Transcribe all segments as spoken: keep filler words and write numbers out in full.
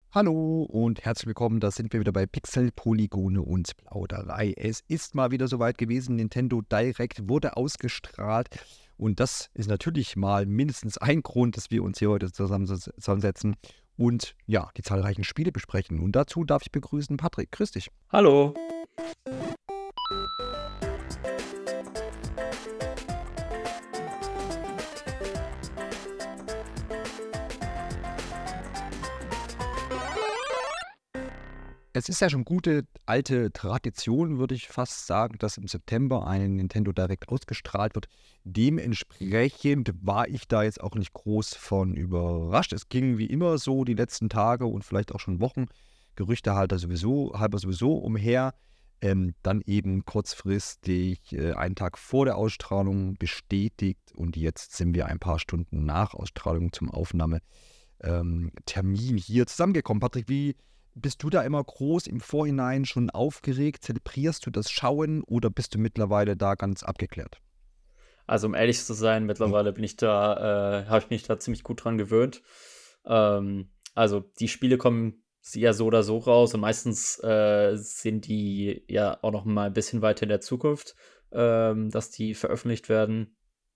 Hallo und herzlich willkommen, da sind wir wieder bei Pixel, Polygone und Plauderei. Es ist mal wieder soweit gewesen, Nintendo Direct wurde ausgestrahlt und das ist natürlich mal mindestens ein Grund, dass wir uns hier heute zusammensetzen und ja, die zahlreichen Spiele besprechen. Und dazu darf ich begrüßen Patrick. Grüß dich. Hallo. Es ist ja schon gute alte Tradition, würde ich fast sagen, dass im September ein Nintendo Direct ausgestrahlt wird. Dementsprechend war ich da jetzt auch nicht groß von überrascht. Es ging wie immer so die letzten Tage und vielleicht auch schon Wochen, Gerüchte halber sowieso, halber sowieso umher. Ähm, dann eben kurzfristig äh, einen Tag vor der Ausstrahlung bestätigt und jetzt sind wir ein paar Stunden nach Ausstrahlung zum Aufnahmetermin ähm, Termin hier zusammengekommen. Patrick, wie bist du da immer groß im Vorhinein schon aufgeregt? Zelebrierst du das Schauen oder bist du mittlerweile da ganz abgeklärt? Also, um ehrlich zu sein, mittlerweile bin ich da äh, habe ich mich da ziemlich gut dran gewöhnt. Ähm, also, die Spiele kommen s ja so oder so raus und meistens, äh, sind die ja auch noch mal ein bisschen weiter in der Zukunft, ähm, dass die veröffentlicht werden.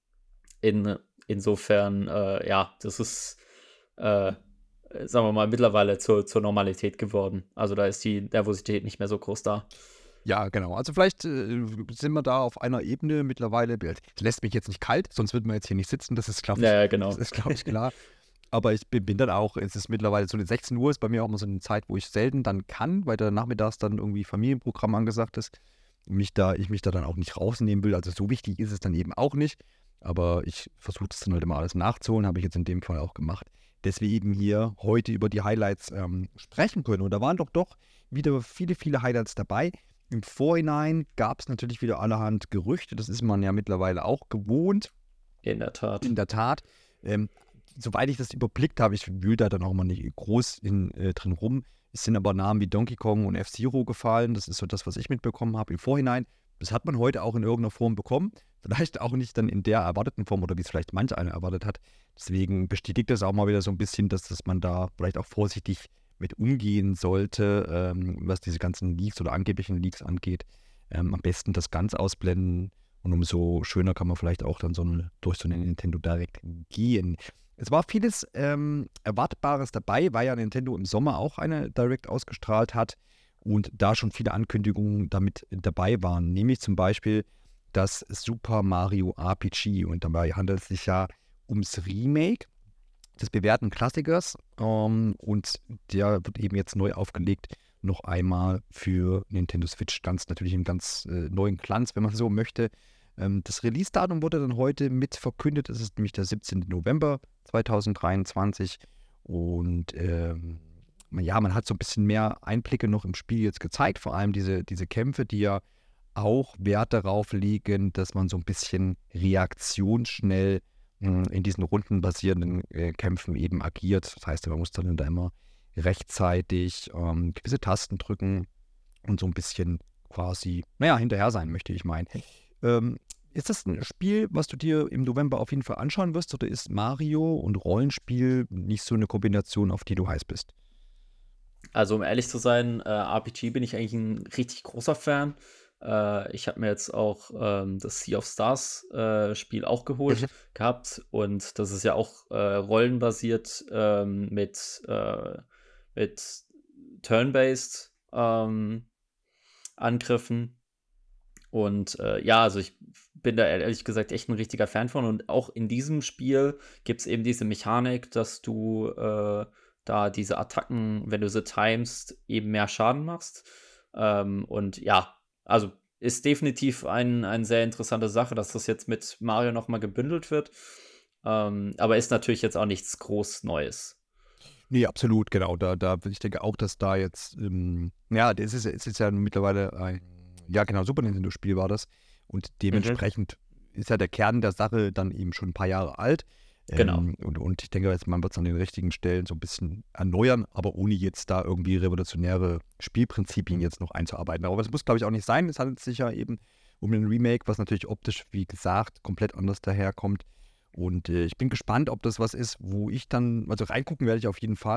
In insofern, äh, ja, das ist, äh, sagen wir mal, mittlerweile zur zur Normalität geworden. Also, da ist die Nervosität nicht mehr so groß da. Ja, genau. Also vielleicht äh, sind wir da auf einer Ebene mittlerweile. Es lässt mich jetzt nicht kalt, sonst würden wir jetzt hier nicht sitzen. Das ist, glaube Ja, ich, ja, das genau. ist, glaube ich, klar. Aber ich bin, bin dann auch, es ist mittlerweile so eine sechzehn Uhr ist bei mir auch immer so eine Zeit, wo ich selten dann kann, weil da nachmittags dann irgendwie Familienprogramm angesagt ist. Und mich da, ich mich da dann auch nicht rausnehmen will. Also so wichtig ist es dann eben auch nicht. Aber ich versuche das dann halt immer alles nachzuholen, habe ich jetzt in dem Fall auch gemacht. Dass wir eben hier heute über die Highlights ähm, sprechen können. Und da waren doch doch wieder viele, viele Highlights dabei. Im Vorhinein gab es natürlich wieder allerhand Gerüchte. Das ist man ja mittlerweile auch gewohnt. In der In Tat. der Tat. Ähm, soweit ich das überblickt habe, ich wühle da dann auch mal nicht groß in, äh, drin rum. Es sind aber Namen wie Donkey Kong und F-Zero gefallen. Das ist so das, was ich mitbekommen habe im Vorhinein. Das hat man heute auch in irgendeiner Form bekommen. Vielleicht auch nicht dann in der erwarteten Form oder wie es vielleicht manch einer erwartet hat. Deswegen bestätigt das auch mal wieder so ein bisschen, dass, dass man da vielleicht auch vorsichtig mit umgehen sollte, ähm, was diese ganzen Leaks oder angeblichen Leaks angeht. Ähm, am besten das ganz ausblenden und umso schöner kann man vielleicht auch dann so eine, durch so eine Nintendo Direct gehen. Es war vieles ähm, Erwartbares dabei, weil ja Nintendo im Sommer auch eine Direct ausgestrahlt hat und da schon viele Ankündigungen damit dabei waren. Nämlich zum Beispiel das Super Mario R P G. Und dabei handelt es sich ja ums Remake des bewährten Klassikers. Ähm, und der wird eben jetzt neu aufgelegt, noch einmal für Nintendo Switch. Ganz natürlich im ganz äh, neuen Glanz, wenn man so möchte. Ähm, das Release-Datum wurde dann heute mit verkündet. Das ist nämlich der siebzehnten November zweitausenddreiundzwanzig. Und ähm, ja, man hat so ein bisschen mehr Einblicke noch im Spiel jetzt gezeigt. Vor allem diese, diese Kämpfe, die ja auch Wert darauf legen, dass man so ein bisschen reaktionsschnell mh, in diesen rundenbasierenden äh, Kämpfen eben agiert. Das heißt, man muss dann da immer rechtzeitig ähm, gewisse Tasten drücken und so ein bisschen quasi, naja, hinterher sein, möchte ich meinen. Ähm, ist das ein Spiel, was du dir im November auf jeden Fall anschauen wirst, oder ist Mario und Rollenspiel nicht so eine Kombination, auf die du heiß bist? Also, um ehrlich zu sein, äh, R P G bin ich eigentlich ein richtig großer Fan. Äh, ich habe mir jetzt auch, ähm, das Sea of Stars, äh, Spiel auch geholt Mhm. gehabt und das ist ja auch, äh, rollenbasiert, ähm, mit, äh mit Turn-based, ähm, Angriffen. Und, äh, ja, also, ich bin da ehrlich gesagt echt ein richtiger Fan von und auch in diesem Spiel gibt's eben diese Mechanik, dass du, äh, da diese Attacken, wenn du sie timest, eben mehr Schaden machst. Ähm, und ja, also, ist definitiv ein ein sehr interessante Sache, dass das jetzt mit Mario noch mal gebündelt wird. Ähm, aber ist natürlich jetzt auch nichts groß Neues. Ne, absolut, genau. Da da ich denke auch, dass da jetzt, ähm ja, das ist es ist ja mittlerweile ein ja genau, Super Nintendo-Spiel war das. Und Mhm, dementsprechend ist ja der Kern der Sache dann eben schon ein paar Jahre alt. genau. Ähm, und und ich denke jetzt, man wird es an den richtigen Stellen so ein bisschen erneuern, aber ohne jetzt da irgendwie revolutionäre Spielprinzipien jetzt noch einzuarbeiten. Aber das muss, glaube ich, auch nicht sein. Es handelt sich ja eben um ein Remake, was natürlich optisch, wie gesagt, komplett anders daherkommt. Und, äh, ich bin gespannt, ob das was ist, wo ich dann also reingucken werde ich auf jeden Fall.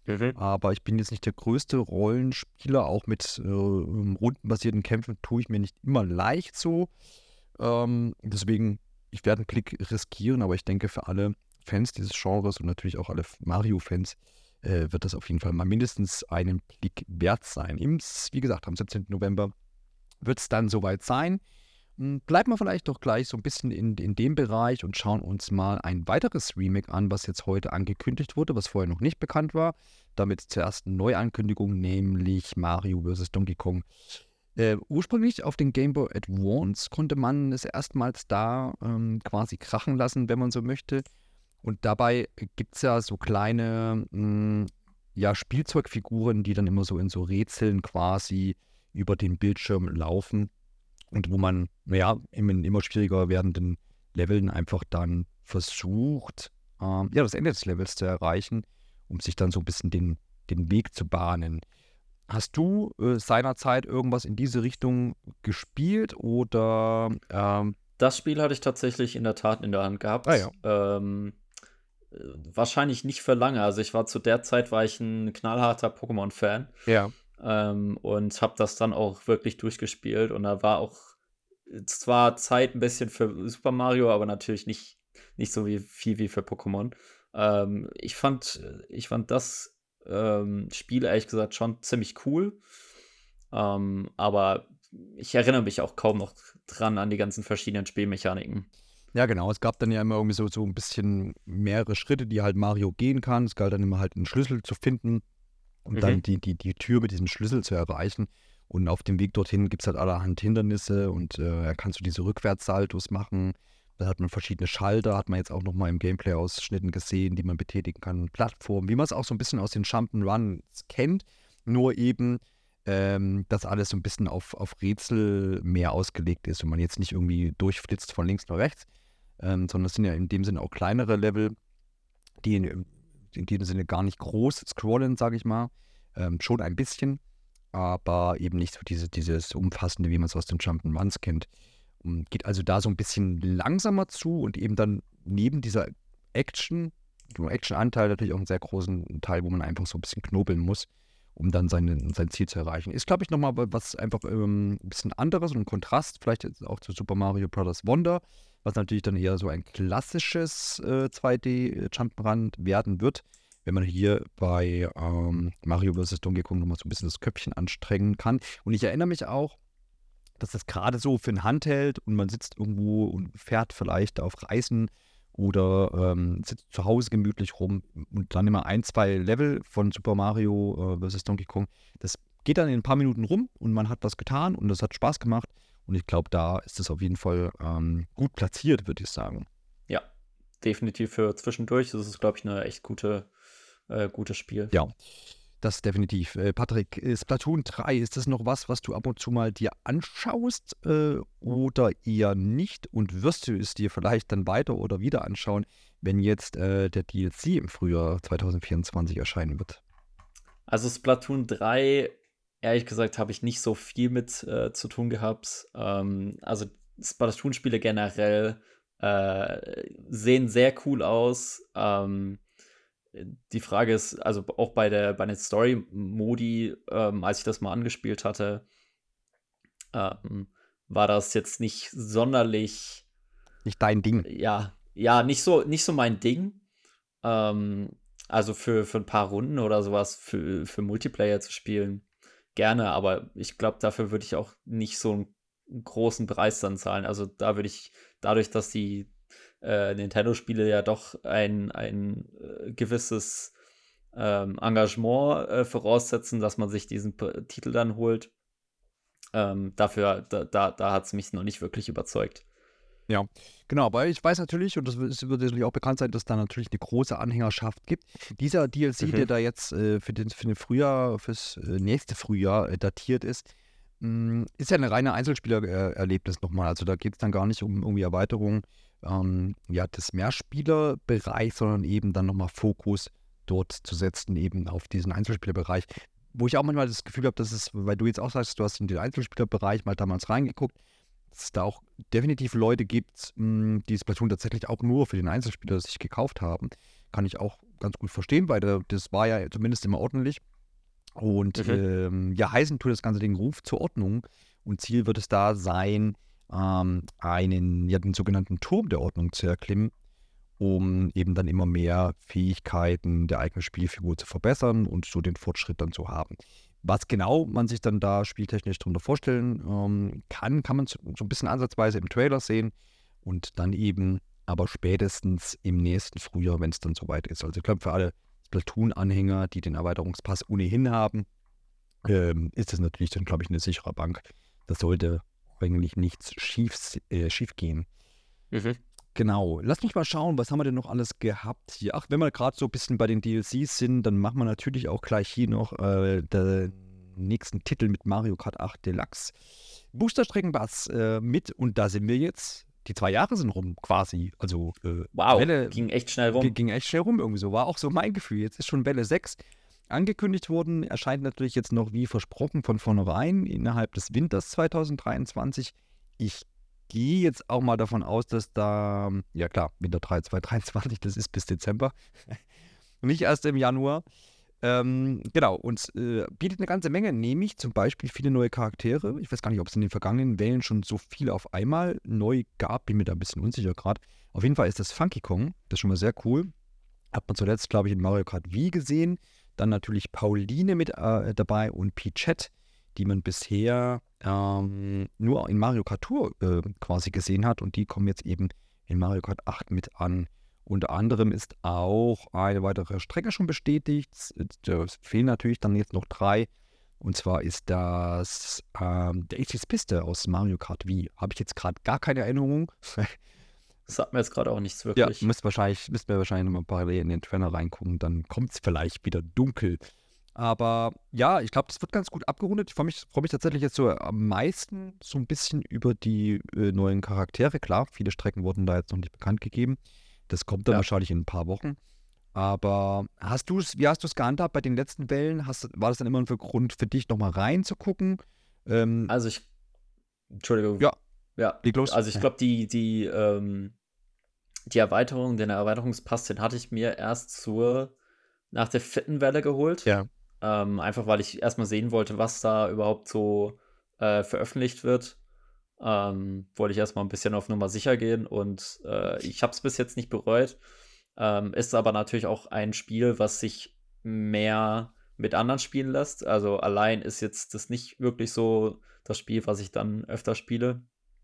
Mhm. Aber ich bin jetzt nicht der größte Rollenspieler, auch mit äh, rundenbasierten Kämpfen tue ich mir nicht immer leicht so. Ähm, deswegen, ich werde einen Klick riskieren, aber ich denke, für alle Fans dieses Genres und natürlich auch alle Mario-Fans äh, wird das auf jeden Fall mal mindestens einen Blick wert sein. Im, wie gesagt, am siebzehnten November wird es dann soweit sein. Hm, Bleiben wir vielleicht doch gleich so ein bisschen in, in dem Bereich und schauen uns mal ein weiteres Remake an, was jetzt heute angekündigt wurde, was vorher noch nicht bekannt war. Damit zur ersten Neuankündigung, nämlich Mario versus. Donkey Kong. Äh, ursprünglich auf den Game Boy Advance konnte man es erstmals da ähm, quasi krachen lassen, wenn man so möchte. Und dabei gibt es ja so kleine mh, ja, Spielzeugfiguren, die dann immer so in so Rätseln quasi über den Bildschirm laufen und wo man, naja, in immer schwieriger werdenden Leveln einfach dann versucht, ähm, ja, das Ende des Levels zu erreichen, um sich dann so ein bisschen den, den Weg zu bahnen. Hast du äh, seinerzeit irgendwas in diese Richtung gespielt oder ähm, Das Spiel hatte ich tatsächlich in der Tat in der Hand ah ja, gehabt. Ähm, äh, wahrscheinlich nicht für lange. Also ich war zu der Zeit war ich ein knallharter Pokémon-Fan, ja, ähm, und habe das dann auch wirklich durchgespielt. Und da war auch zwar Zeit ein bisschen für Super Mario, aber natürlich nicht, nicht so wie, viel wie für Pokémon. Ähm, ich fand, ich fand das ähm, Spiel ehrlich gesagt schon ziemlich cool. Ähm, aber ich erinnere mich auch kaum noch dran an die ganzen verschiedenen Spielmechaniken. ja, genau. Es gab dann ja immer irgendwie so, so ein bisschen mehrere Schritte, die halt Mario gehen kann. Es galt dann immer halt einen Schlüssel zu finden und dann Mhm. die, die, die Tür mit diesem Schlüssel zu erreichen. Und auf dem Weg dorthin gibt es halt allerhand Hindernisse und äh, da kannst du diese Rückwärtssaltos machen. Da hat man verschiedene Schalter, hat man jetzt auch nochmal im Gameplay-Ausschnitten gesehen, die man betätigen kann. Plattformen, wie man es auch so ein bisschen aus den Jump'n'Runs kennt, nur eben, ähm, dass alles so ein bisschen auf, auf Rätsel mehr ausgelegt ist und man jetzt nicht irgendwie durchflitzt von links nach rechts, ähm, sondern es sind ja in dem Sinne auch kleinere Level, die in, in dem Sinne gar nicht groß scrollen, sage ich mal. Ähm, schon ein bisschen, aber eben nicht so diese, dieses Umfassende, wie man es aus den Jump'n'Runs kennt. Und geht also da so ein bisschen langsamer zu und eben dann neben dieser Action, dem Action-Anteil natürlich auch einen sehr großen Teil, wo man einfach so ein bisschen knobeln muss, um dann seine, sein Ziel zu erreichen. Ist, glaube ich, nochmal was einfach ähm, ein bisschen anderes und ein Kontrast, vielleicht jetzt auch zu Super Mario Bros. Wonder, was natürlich dann eher so ein klassisches äh, zwei D-Jump'n'Run werden wird, wenn man hier bei ähm, Mario versus. Donkey Kong nochmal so ein bisschen das Köpfchen anstrengen kann. Und ich erinnere mich auch, dass das gerade so für ein Handheld und man sitzt irgendwo und fährt vielleicht auf Reisen oder ähm, sitzt zu Hause gemütlich rum und dann immer ein, zwei Level von Super Mario äh, versus. Donkey Kong. Das geht dann in ein paar Minuten rum und man hat was getan und das hat Spaß gemacht. Und ich glaube, da ist es auf jeden Fall ähm, gut platziert, würde ich sagen. Ja, definitiv für zwischendurch. Das ist, glaube ich, eine echt gute, äh, gutes Spiel. Ja, das definitiv. Äh, Patrick, äh, Splatoon drei, ist das noch was, was du ab und zu mal dir anschaust äh, oder eher nicht? Und wirst du es dir vielleicht dann weiter oder wieder anschauen, wenn jetzt äh, der D L C im Frühjahr zwanzig vierundzwanzig erscheinen wird? Also Splatoon drei, ehrlich gesagt, habe ich nicht so viel mit äh, zu tun gehabt. Ähm, also Splatoon-Spiele generell äh, sehen sehr cool aus. Ähm, die Frage ist, also auch bei der bei den Story-Modi, ähm, als ich das mal angespielt hatte, ähm, war das jetzt nicht sonderlich, Nicht dein Ding. ja, ja, nicht so, nicht so mein Ding. Ähm, also für, für ein paar Runden oder sowas für, für Multiplayer zu spielen, gerne, aber ich glaube, dafür würde ich auch nicht so einen großen Preis dann zahlen. Also da würde ich, dadurch, dass die äh, Nintendo-Spiele ja doch ein, ein äh, gewisses ähm, Engagement äh, voraussetzen, dass man sich diesen P Titel dann holt, ähm, dafür, da, da, da hat es mich noch nicht wirklich überzeugt. Ja, genau, aber ich weiß natürlich, und das wird wird natürlich auch bekannt sein, dass da natürlich eine große Anhängerschaft gibt. Dieser D L C, der Mhm. da jetzt äh, für den, für den Frühjahr, fürs äh, nächste Frühjahr äh, datiert ist, mh, ist ja eine reine Einzelspielererlebnis nochmal. Also da geht es dann gar nicht um irgendwie Erweiterung ähm, ja, des Mehrspielerbereichs, sondern eben dann nochmal Fokus dort zu setzen, eben auf diesen Einzelspielerbereich. Wo ich auch manchmal das Gefühl habe, dass es, weil du jetzt auch sagst, du hast in den Einzelspielerbereich mal damals reingeguckt, dass es da auch definitiv Leute gibt, mh, die Splatoon tatsächlich auch nur für den Einzelspieler sich gekauft haben. Kann ich auch ganz gut verstehen, weil der, das war ja zumindest immer ordentlich. Und Mhm. ähm, ja, heißen tut das ganze Ding Ruf zur Ordnung. Und Ziel wird es da sein, ähm, einen, ja, den sogenannten Turm der Ordnung zu erklimmen, um eben dann immer mehr Fähigkeiten der eigenen Spielfigur zu verbessern und so den Fortschritt dann zu haben. Was genau man sich dann da spieltechnisch darunter vorstellen ähm, kann, kann man so so ein bisschen ansatzweise im Trailer sehen und dann eben aber spätestens im nächsten Frühjahr, wenn es dann soweit ist. Also ich glaube, für alle Splatoon-Anhänger, die den Erweiterungspass ohnehin haben, ähm, ist das natürlich dann, glaube ich, eine sichere Bank. Da sollte eigentlich nichts schief, äh, schief gehen. Mhm. Genau. Lass mich mal schauen, was haben wir denn noch alles gehabt hier? Ach, wenn wir gerade so ein bisschen bei den D L Cs sind, dann machen wir natürlich auch gleich hier noch äh, den nächsten Titel mit Mario Kart acht Deluxe. Boosterstreckenpass äh, mit, und da sind wir jetzt. Die zwei Jahre sind rum, quasi. Also äh, Wow, Welle ging echt schnell g- rum. ging echt schnell rum irgendwie so. War auch so mein Gefühl. Jetzt ist schon Welle sechs angekündigt worden. Erscheint natürlich jetzt noch wie versprochen von vornherein innerhalb des Winters zwanzig dreiundzwanzig. Ich gehe jetzt auch mal davon aus, dass da, ja klar, Winter zwanzig dreiundzwanzig, das ist bis Dezember, nicht erst im Januar. Ähm, genau, und äh, bietet eine ganze Menge, nämlich zum Beispiel viele neue Charaktere. Ich weiß gar nicht, ob es in den vergangenen Wellen schon so viele auf einmal neu gab, bin mir da ein bisschen unsicher gerade. Auf jeden Fall ist das Funky Kong, das ist schon mal sehr cool. Hat man zuletzt, glaube ich, in Mario Kart Wii gesehen. Dann natürlich Pauline mit äh, dabei und Peachette, die man bisher ähm, nur in Mario Kart Tour äh, quasi gesehen hat. Und die kommen jetzt eben in Mario Kart acht mit an. Unter anderem ist auch eine weitere Strecke schon bestätigt. Es es fehlen natürlich dann jetzt noch drei. Und zwar ist das ähm, der Aces Piste aus Mario Kart Wii. Habe ich jetzt gerade gar keine Erinnerung. Das sagt mir jetzt gerade auch nichts Ja, wirklich. müsst wahrscheinlich, müsst wir wahrscheinlich nochmal parallel in den Trailer reingucken, dann kommt es vielleicht wieder dunkel. Aber ja, ich glaube, das wird ganz gut abgerundet. Ich freue mich, freu mich tatsächlich jetzt so am meisten so ein bisschen über die äh, neuen Charaktere. Klar, viele Strecken wurden da jetzt noch nicht bekannt gegeben. Das kommt dann Ja. wahrscheinlich in ein paar Wochen. Aber hast du es, wie hast du es gehandhabt bei den letzten Wellen? Hast, war das dann immer ein Grund für dich, nochmal reinzugucken? Ähm, Also ich, Entschuldigung, ja, ja, leg los. also ich glaube, die, die, ähm, die Erweiterung, den Erweiterungspass, den hatte ich mir erst zur, nach der vierten Welle geholt. Ja. Ähm, einfach weil ich erstmal sehen wollte, was da überhaupt so äh, veröffentlicht wird. Ähm, wollte ich erstmal ein bisschen auf Nummer sicher gehen und äh, ich habe es bis jetzt nicht bereut. Ähm, ist aber natürlich auch ein Spiel, was sich mehr mit anderen spielen lässt. Also allein ist jetzt das nicht wirklich so das Spiel, was ich dann öfter spiele.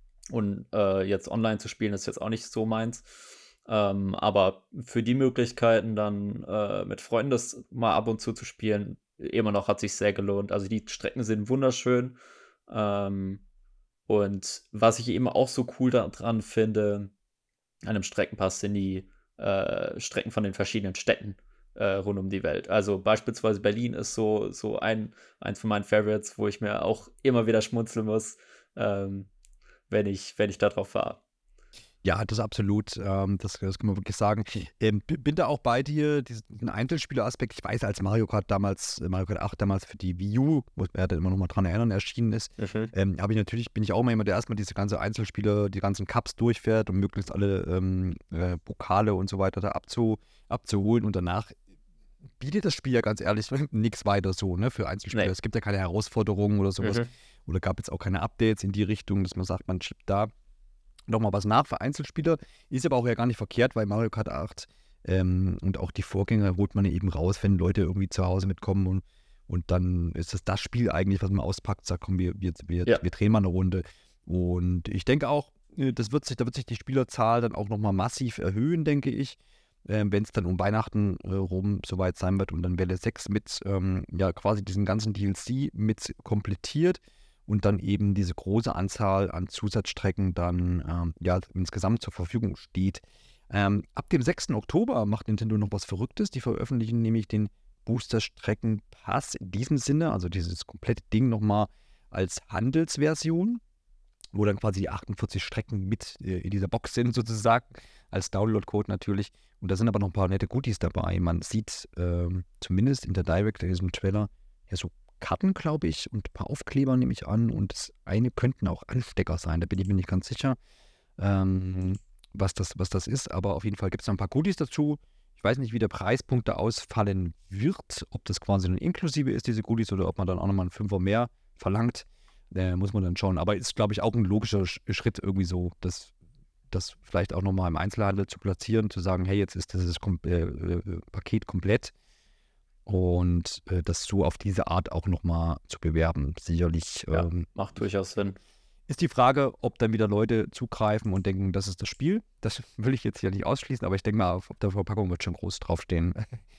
Und äh, jetzt online zu spielen, ist jetzt auch nicht so meins. Ähm, aber für die Möglichkeiten, dann äh, mit Freunden das mal ab und zu zu spielen, immer noch hat sich sehr gelohnt. Also die Strecken sind wunderschön. Ähm, und was ich eben auch so cool daran finde, an einem Streckenpass sind die äh, Strecken von den verschiedenen Städten äh, rund um die Welt. Also beispielsweise Berlin ist so, so ein, eins von meinen Favorites, wo ich mir auch immer wieder schmunzeln muss, ähm, wenn ich, wenn ich da drauf fahre. Ja, das absolut. Ähm, das, das kann man wirklich sagen. Ähm, b- bin da auch bei dir, diesen Einzelspieler-Aspekt. Ich weiß, als Mario Kart damals, äh, Mario Kart acht damals für die Wii U, wo er da immer noch mal dran erinnern, erschienen ist, Mhm. ähm, habe ich natürlich, bin ich auch mal jemand, der erstmal diese ganze Einzelspieler, die ganzen Cups durchfährt, um möglichst alle ähm, äh, Pokale und so weiter da abzu, abzuholen. Und danach bietet das Spiel ja ganz ehrlich nichts weiter so, ne, für Einzelspieler. Nee. Es gibt ja keine Herausforderungen oder sowas. Mhm. Oder gab jetzt auch keine Updates in die Richtung, dass man sagt, man schiebt da nochmal was nach für Einzelspieler. Ist aber auch ja gar nicht verkehrt, weil Mario Kart acht ähm, und auch die Vorgänger holt man ja eben raus, wenn Leute irgendwie zu Hause mitkommen und, und dann ist das das Spiel eigentlich, was man auspackt, sagt, komm, wir, wir, wir, Ja. wir drehen mal eine Runde. Und ich denke auch, äh, das wird sich, da wird sich die Spielerzahl dann auch nochmal massiv erhöhen, denke ich, ähm, wenn es dann um Weihnachten äh, rum soweit sein wird und dann Welle sechs mit ähm, ja quasi diesen ganzen D L C mit komplettiert und dann eben diese große Anzahl an Zusatzstrecken dann ähm, ja insgesamt zur Verfügung steht. Ähm, ab dem sechsten Oktober macht Nintendo noch was Verrücktes. Die veröffentlichen nämlich den Booster-Strecken-Pass in diesem Sinne, also dieses komplette Ding nochmal als Handelsversion, wo dann quasi die achtundvierzig Strecken mit äh, in dieser Box sind sozusagen, als Download-Code natürlich. Und da sind aber noch ein paar nette Goodies dabei. Man sieht ähm, zumindest in der Direct, in diesem Trailer, ja so Karten, glaube ich, und ein paar Aufkleber nehme ich an. Und das eine könnten auch Anstecker sein, da bin ich mir nicht ganz sicher, ähm, was, das, was das ist. Aber auf jeden Fall gibt es da ein paar Goodies dazu. Ich Ich weiß nicht, wie der Preispunkt da ausfallen wird, ob das quasi dann inklusive ist, diese Goodies, oder ob man dann auch nochmal einen Fünfer mehr verlangt. Äh, muss man dann schauen. Aber ist, glaube ich, auch ein logischer Sch- Schritt irgendwie so, das, das vielleicht auch nochmal im Einzelhandel zu platzieren, zu sagen, hey, jetzt ist dieses kom äh, äh, Paket komplett und äh, das so auf diese Art auch nochmal zu bewerben. Sicherlich Ja, ähm, macht durchaus Sinn. ist die Frage, ob dann wieder Leute zugreifen und denken, das ist das Spiel. Das will ich jetzt hier nicht ausschließen, aber ich denke mal, auf, auf der Verpackung wird schon groß draufstehen.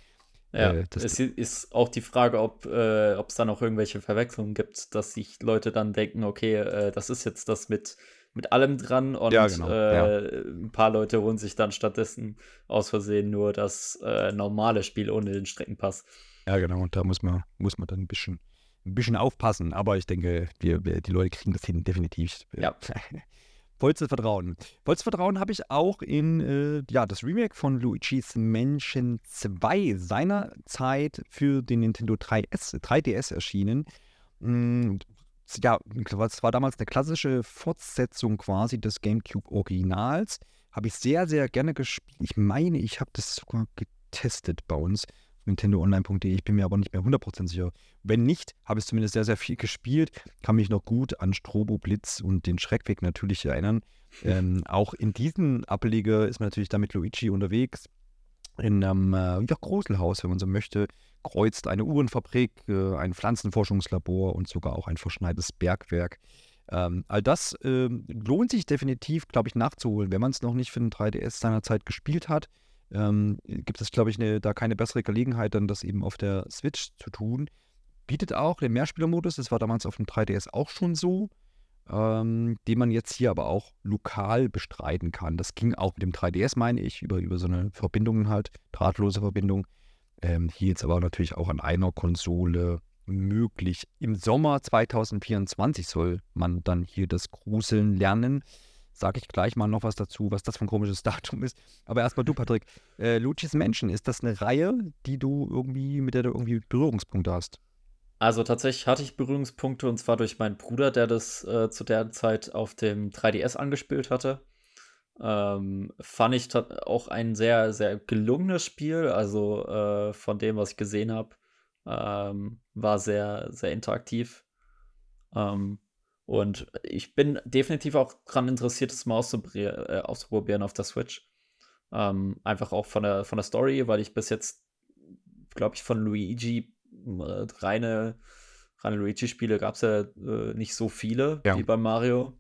Ja, äh, das, es i- ist auch die Frage, ob äh, ob es da noch irgendwelche Verwechslungen gibt, dass sich Leute dann denken, okay, äh, das ist jetzt das mit, mit allem dran ja, und genau. Ja. äh, ein paar Leute holen sich dann stattdessen aus Versehen nur das äh, normale Spiel ohne den Streckenpass. Ja, genau. Und da muss man, muss man dann ein bisschen, ein bisschen aufpassen. Aber ich denke, wir, wir, die Leute kriegen das hin, definitiv. Ja. Vollstes Vertrauen. Vollstes Vertrauen habe ich auch in äh, ja, das Remake von Luigi's Mansion zwei, seinerzeit für den Nintendo drei S, drei D S erschienen. Mm, Ja, es war damals eine klassische Fortsetzung quasi des GameCube-Originals. Habe ich sehr, sehr gerne gespielt. Ich meine, ich habe das sogar getestet bei uns auf nintendo online punkt de. Ich bin mir aber nicht mehr hundert Prozent sicher. Wenn nicht, habe ich zumindest sehr, sehr viel gespielt. Kann mich noch gut an Strobo Blitz und den Schreckweg natürlich erinnern. Ähm, auch in diesem Ableger ist man natürlich da mit Luigi unterwegs. In einem äh, ja, Gruselhaus, wenn man so möchte, kreuzt eine Uhrenfabrik, äh, ein Pflanzenforschungslabor und sogar auch ein verschneites Bergwerk. Ähm, all das ähm, lohnt sich definitiv, glaube ich, nachzuholen, wenn man es noch nicht für den drei D S seinerzeit gespielt hat. Ähm, gibt es, glaube ich, ne, da keine bessere Gelegenheit, dann das eben auf der Switch zu tun. Bietet auch den Mehrspielermodus, das war damals auf dem drei D S auch schon so, ähm, den man jetzt hier aber auch lokal bestreiten kann. Das ging auch mit dem drei D S, meine ich, über, über so eine Verbindung halt, drahtlose Verbindung. Ähm, hier jetzt aber natürlich auch an einer Konsole möglich. Im Sommer zwanzig vierundzwanzig soll man dann hier das Gruseln lernen. Sage ich gleich mal noch was dazu, was das für ein komisches Datum ist. Aber erstmal du, Patrick. Äh, Luigi's Mansion, ist das eine Reihe, die du irgendwie, mit der du irgendwie Berührungspunkte hast? Also tatsächlich hatte ich Berührungspunkte und zwar durch meinen Bruder, der das äh, zu der Zeit auf dem drei D S angespielt hatte. Ähm, fand ich tat- auch ein sehr, sehr gelungenes Spiel. Also äh, von dem, was ich gesehen habe, ähm, war sehr, sehr interaktiv. Ähm, und ich bin definitiv auch daran interessiert, es mal auszuprobieren, äh, auszuprobieren auf der Switch. Ähm, einfach auch von der, von der Story, weil ich bis jetzt, glaube ich, von Luigi äh, reine, reine Luigi-Spiele gab es ja äh, nicht so viele Ja. wie bei Mario.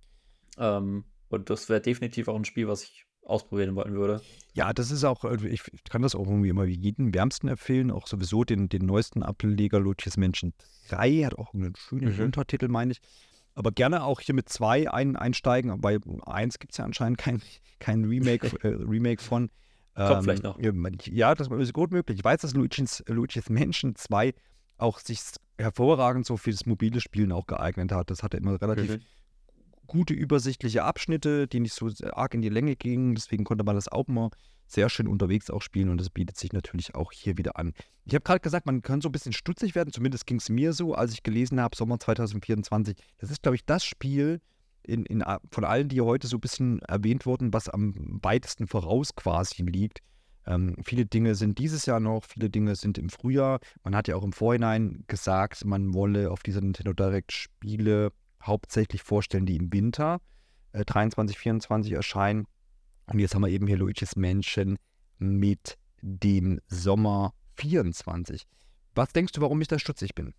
Ähm, und das wäre definitiv auch ein Spiel, was ich ausprobieren wollen würde. Ja, das ist auch, äh, ich kann das auch irgendwie immer jedem wärmsten empfehlen, auch sowieso den, den neuesten Ableger Luigi's Mansion drei, hat auch einen schönen Mhm. Untertitel, meine ich. Aber gerne auch hier mit zwei ein, einsteigen, bei eins gibt es ja anscheinend kein, kein Remake, äh, Remake von. Kommt vielleicht Ähm, noch. ja, man- ja, das ist gut möglich. Ich weiß, dass Luigi's, Luigi's Mansion zwei auch sich hervorragend so für das mobile Spielen auch geeignet hat. Das hatte immer relativ Mhm. gute übersichtliche Abschnitte, die nicht so arg in die Länge gingen. Deswegen konnte man das auch immer sehr schön unterwegs auch spielen und das bietet sich natürlich auch hier wieder an. Ich habe gerade gesagt, man kann so ein bisschen stutzig werden, zumindest ging es mir so, als ich gelesen habe, Sommer zwanzig vierundzwanzig. Das ist, glaube ich, das Spiel in, in, a- von allen, die heute so ein bisschen erwähnt wurden, was am weitesten voraus quasi liegt. Ähm, viele Dinge sind dieses Jahr noch, viele Dinge sind im Frühjahr. Man hat ja auch im Vorhinein gesagt, man wolle auf dieser Nintendo Direct Spiele hauptsächlich vorstellen, die im Winter äh, dreiundzwanzig, vierundzwanzig erscheinen. Und jetzt haben wir eben hier Luigi's Mansion mit dem Sommer vierundzwanzig. Was denkst du, warum ich da stutzig bin?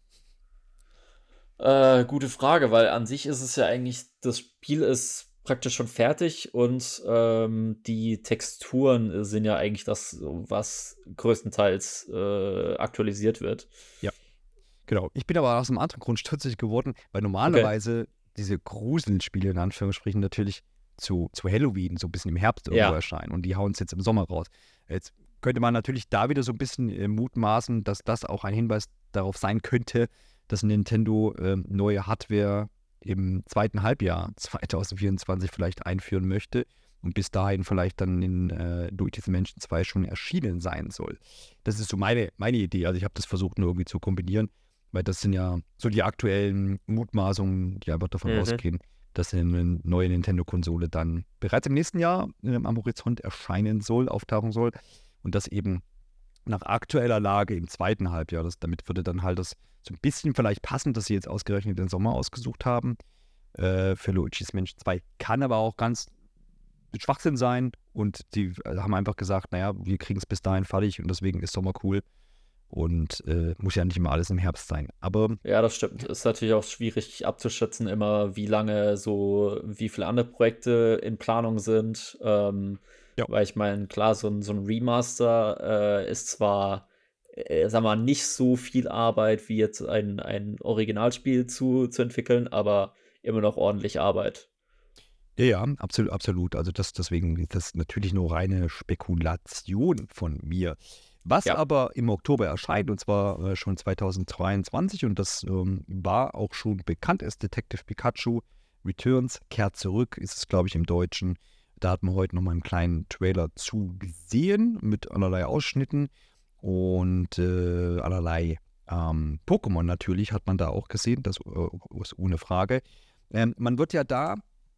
Äh, gute Frage, weil an sich ist es ja eigentlich, das Spiel ist praktisch schon fertig und ähm, die Texturen sind ja eigentlich das, was größtenteils äh, aktualisiert wird. Ja, genau. Ich bin aber aus einem anderen Grund stutzig geworden, weil Okay. normalerweise diese Gruselspiele in Anführungsstrichen natürlich zu, zu Halloween so ein bisschen im Herbst irgendwo Ja. erscheinen und die hauen es jetzt im Sommer raus. Jetzt könnte man natürlich da wieder so ein bisschen äh, mutmaßen, dass das auch ein Hinweis darauf sein könnte, dass Nintendo ähm, neue Hardware im zweiten Halbjahr zwanzig vierundzwanzig vielleicht einführen möchte und bis dahin vielleicht dann in äh, Luigi's Mansion zwei schon erschienen sein soll. Das ist so meine, meine Idee. Also ich habe das versucht nur irgendwie zu kombinieren, weil das sind ja so die aktuellen Mutmaßungen, die einfach davon Mhm. ausgehen, dass eine neue Nintendo-Konsole dann bereits im nächsten Jahr äh, am Horizont erscheinen soll, auftauchen soll. und das eben nach aktueller Lage im zweiten Halbjahr. Das, damit würde dann halt das so ein bisschen vielleicht passen, dass sie jetzt ausgerechnet den Sommer ausgesucht haben äh, für Luigi's Mansion zwei. Kann aber auch ganz Schwachsinn sein und die äh, haben einfach gesagt, naja, wir kriegen es bis dahin fertig und deswegen ist Sommer cool und äh, muss ja nicht immer alles im Herbst sein. Aber Ja, das stimmt. Ist natürlich auch schwierig abzuschätzen immer, wie lange so wie viele andere Projekte in Planung sind. Ähm, ja, weil ich meine, klar, so 'n so 'n Remaster, äh, ist zwar, äh, sagen wir mal, nicht so viel Arbeit wie jetzt ein ein Originalspiel zu zu entwickeln, aber immer noch ordentlich Arbeit. ja, ja, absolut, absolut. Also das, deswegen ist das natürlich nur reine Spekulation von mir. Was Ja. aber im Oktober erscheint, und zwar äh, schon zwanzig dreiundzwanzig, und das ähm, war auch schon bekannt, ist Detective Pikachu Returns, kehrt zurück, ist es, glaube ich, im Deutschen. Da hat man heute nochmal einen kleinen Trailer zu gesehen mit allerlei Ausschnitten und äh, allerlei ähm, Pokémon natürlich hat man da auch gesehen, das äh, ist ohne Frage. Ähm, man wird ja da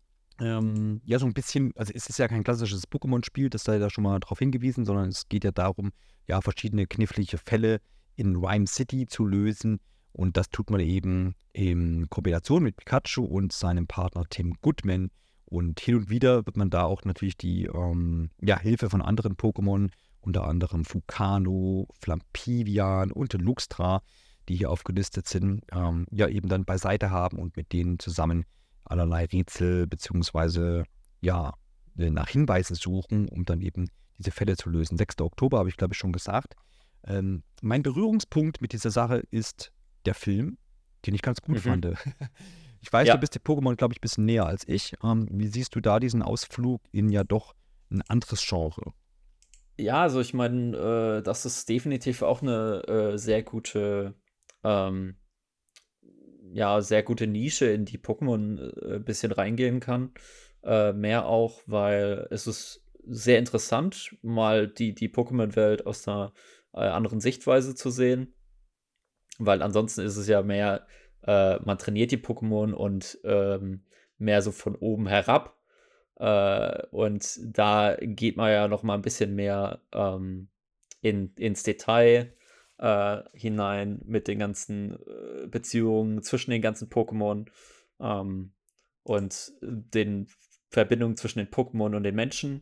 ähm, ja, so ein bisschen, also es ist ja kein klassisches Pokémon-Spiel, das sei da schon mal drauf hingewiesen, sondern es geht ja darum, ja, verschiedene knifflige Fälle in Rhyme City zu lösen. Und das tut man eben in Kombination mit Pikachu und seinem Partner Tim Goodman. Und hin und wieder wird man da auch natürlich die ähm, ja, Hilfe von anderen Pokémon, unter anderem Fukano, Flampivian und Luxtra, die hier aufgelistet sind, ähm, ja, eben dann beiseite haben und mit denen zusammen allerlei Rätsel beziehungsweise ja, äh, nach Hinweisen suchen, um dann eben diese Fälle zu lösen. sechster Oktober habe ich, glaube ich, schon gesagt. Ähm, mein Berührungspunkt mit dieser Sache ist der Film, den ich ganz gut Mhm. fand. Ich weiß, du Ja. bist dem Pokémon, glaube ich, ein bisschen näher als ich. Ähm, wie siehst du da diesen Ausflug in ja doch ein anderes Genre? Ja, also ich meine, äh, das ist definitiv auch eine äh, sehr gute ähm, ja, sehr gute Nische, in die Pokémon, äh, bisschen reingehen kann. Äh, mehr auch, weil es ist sehr interessant, mal die die Pokémon-Welt aus 'ner, äh, anderen Sichtweise zu sehen, weil ansonsten ist es ja mehr, äh, man trainiert die Pokémon und, ähm, mehr so von oben herab. Äh, und da geht man ja noch mal 'n bisschen mehr, ähm, in ins Detail, äh, hinein mit den ganzen, äh, Beziehungen zwischen den ganzen Pokémon, ähm, und den Verbindungen zwischen den Pokémon und den Menschen.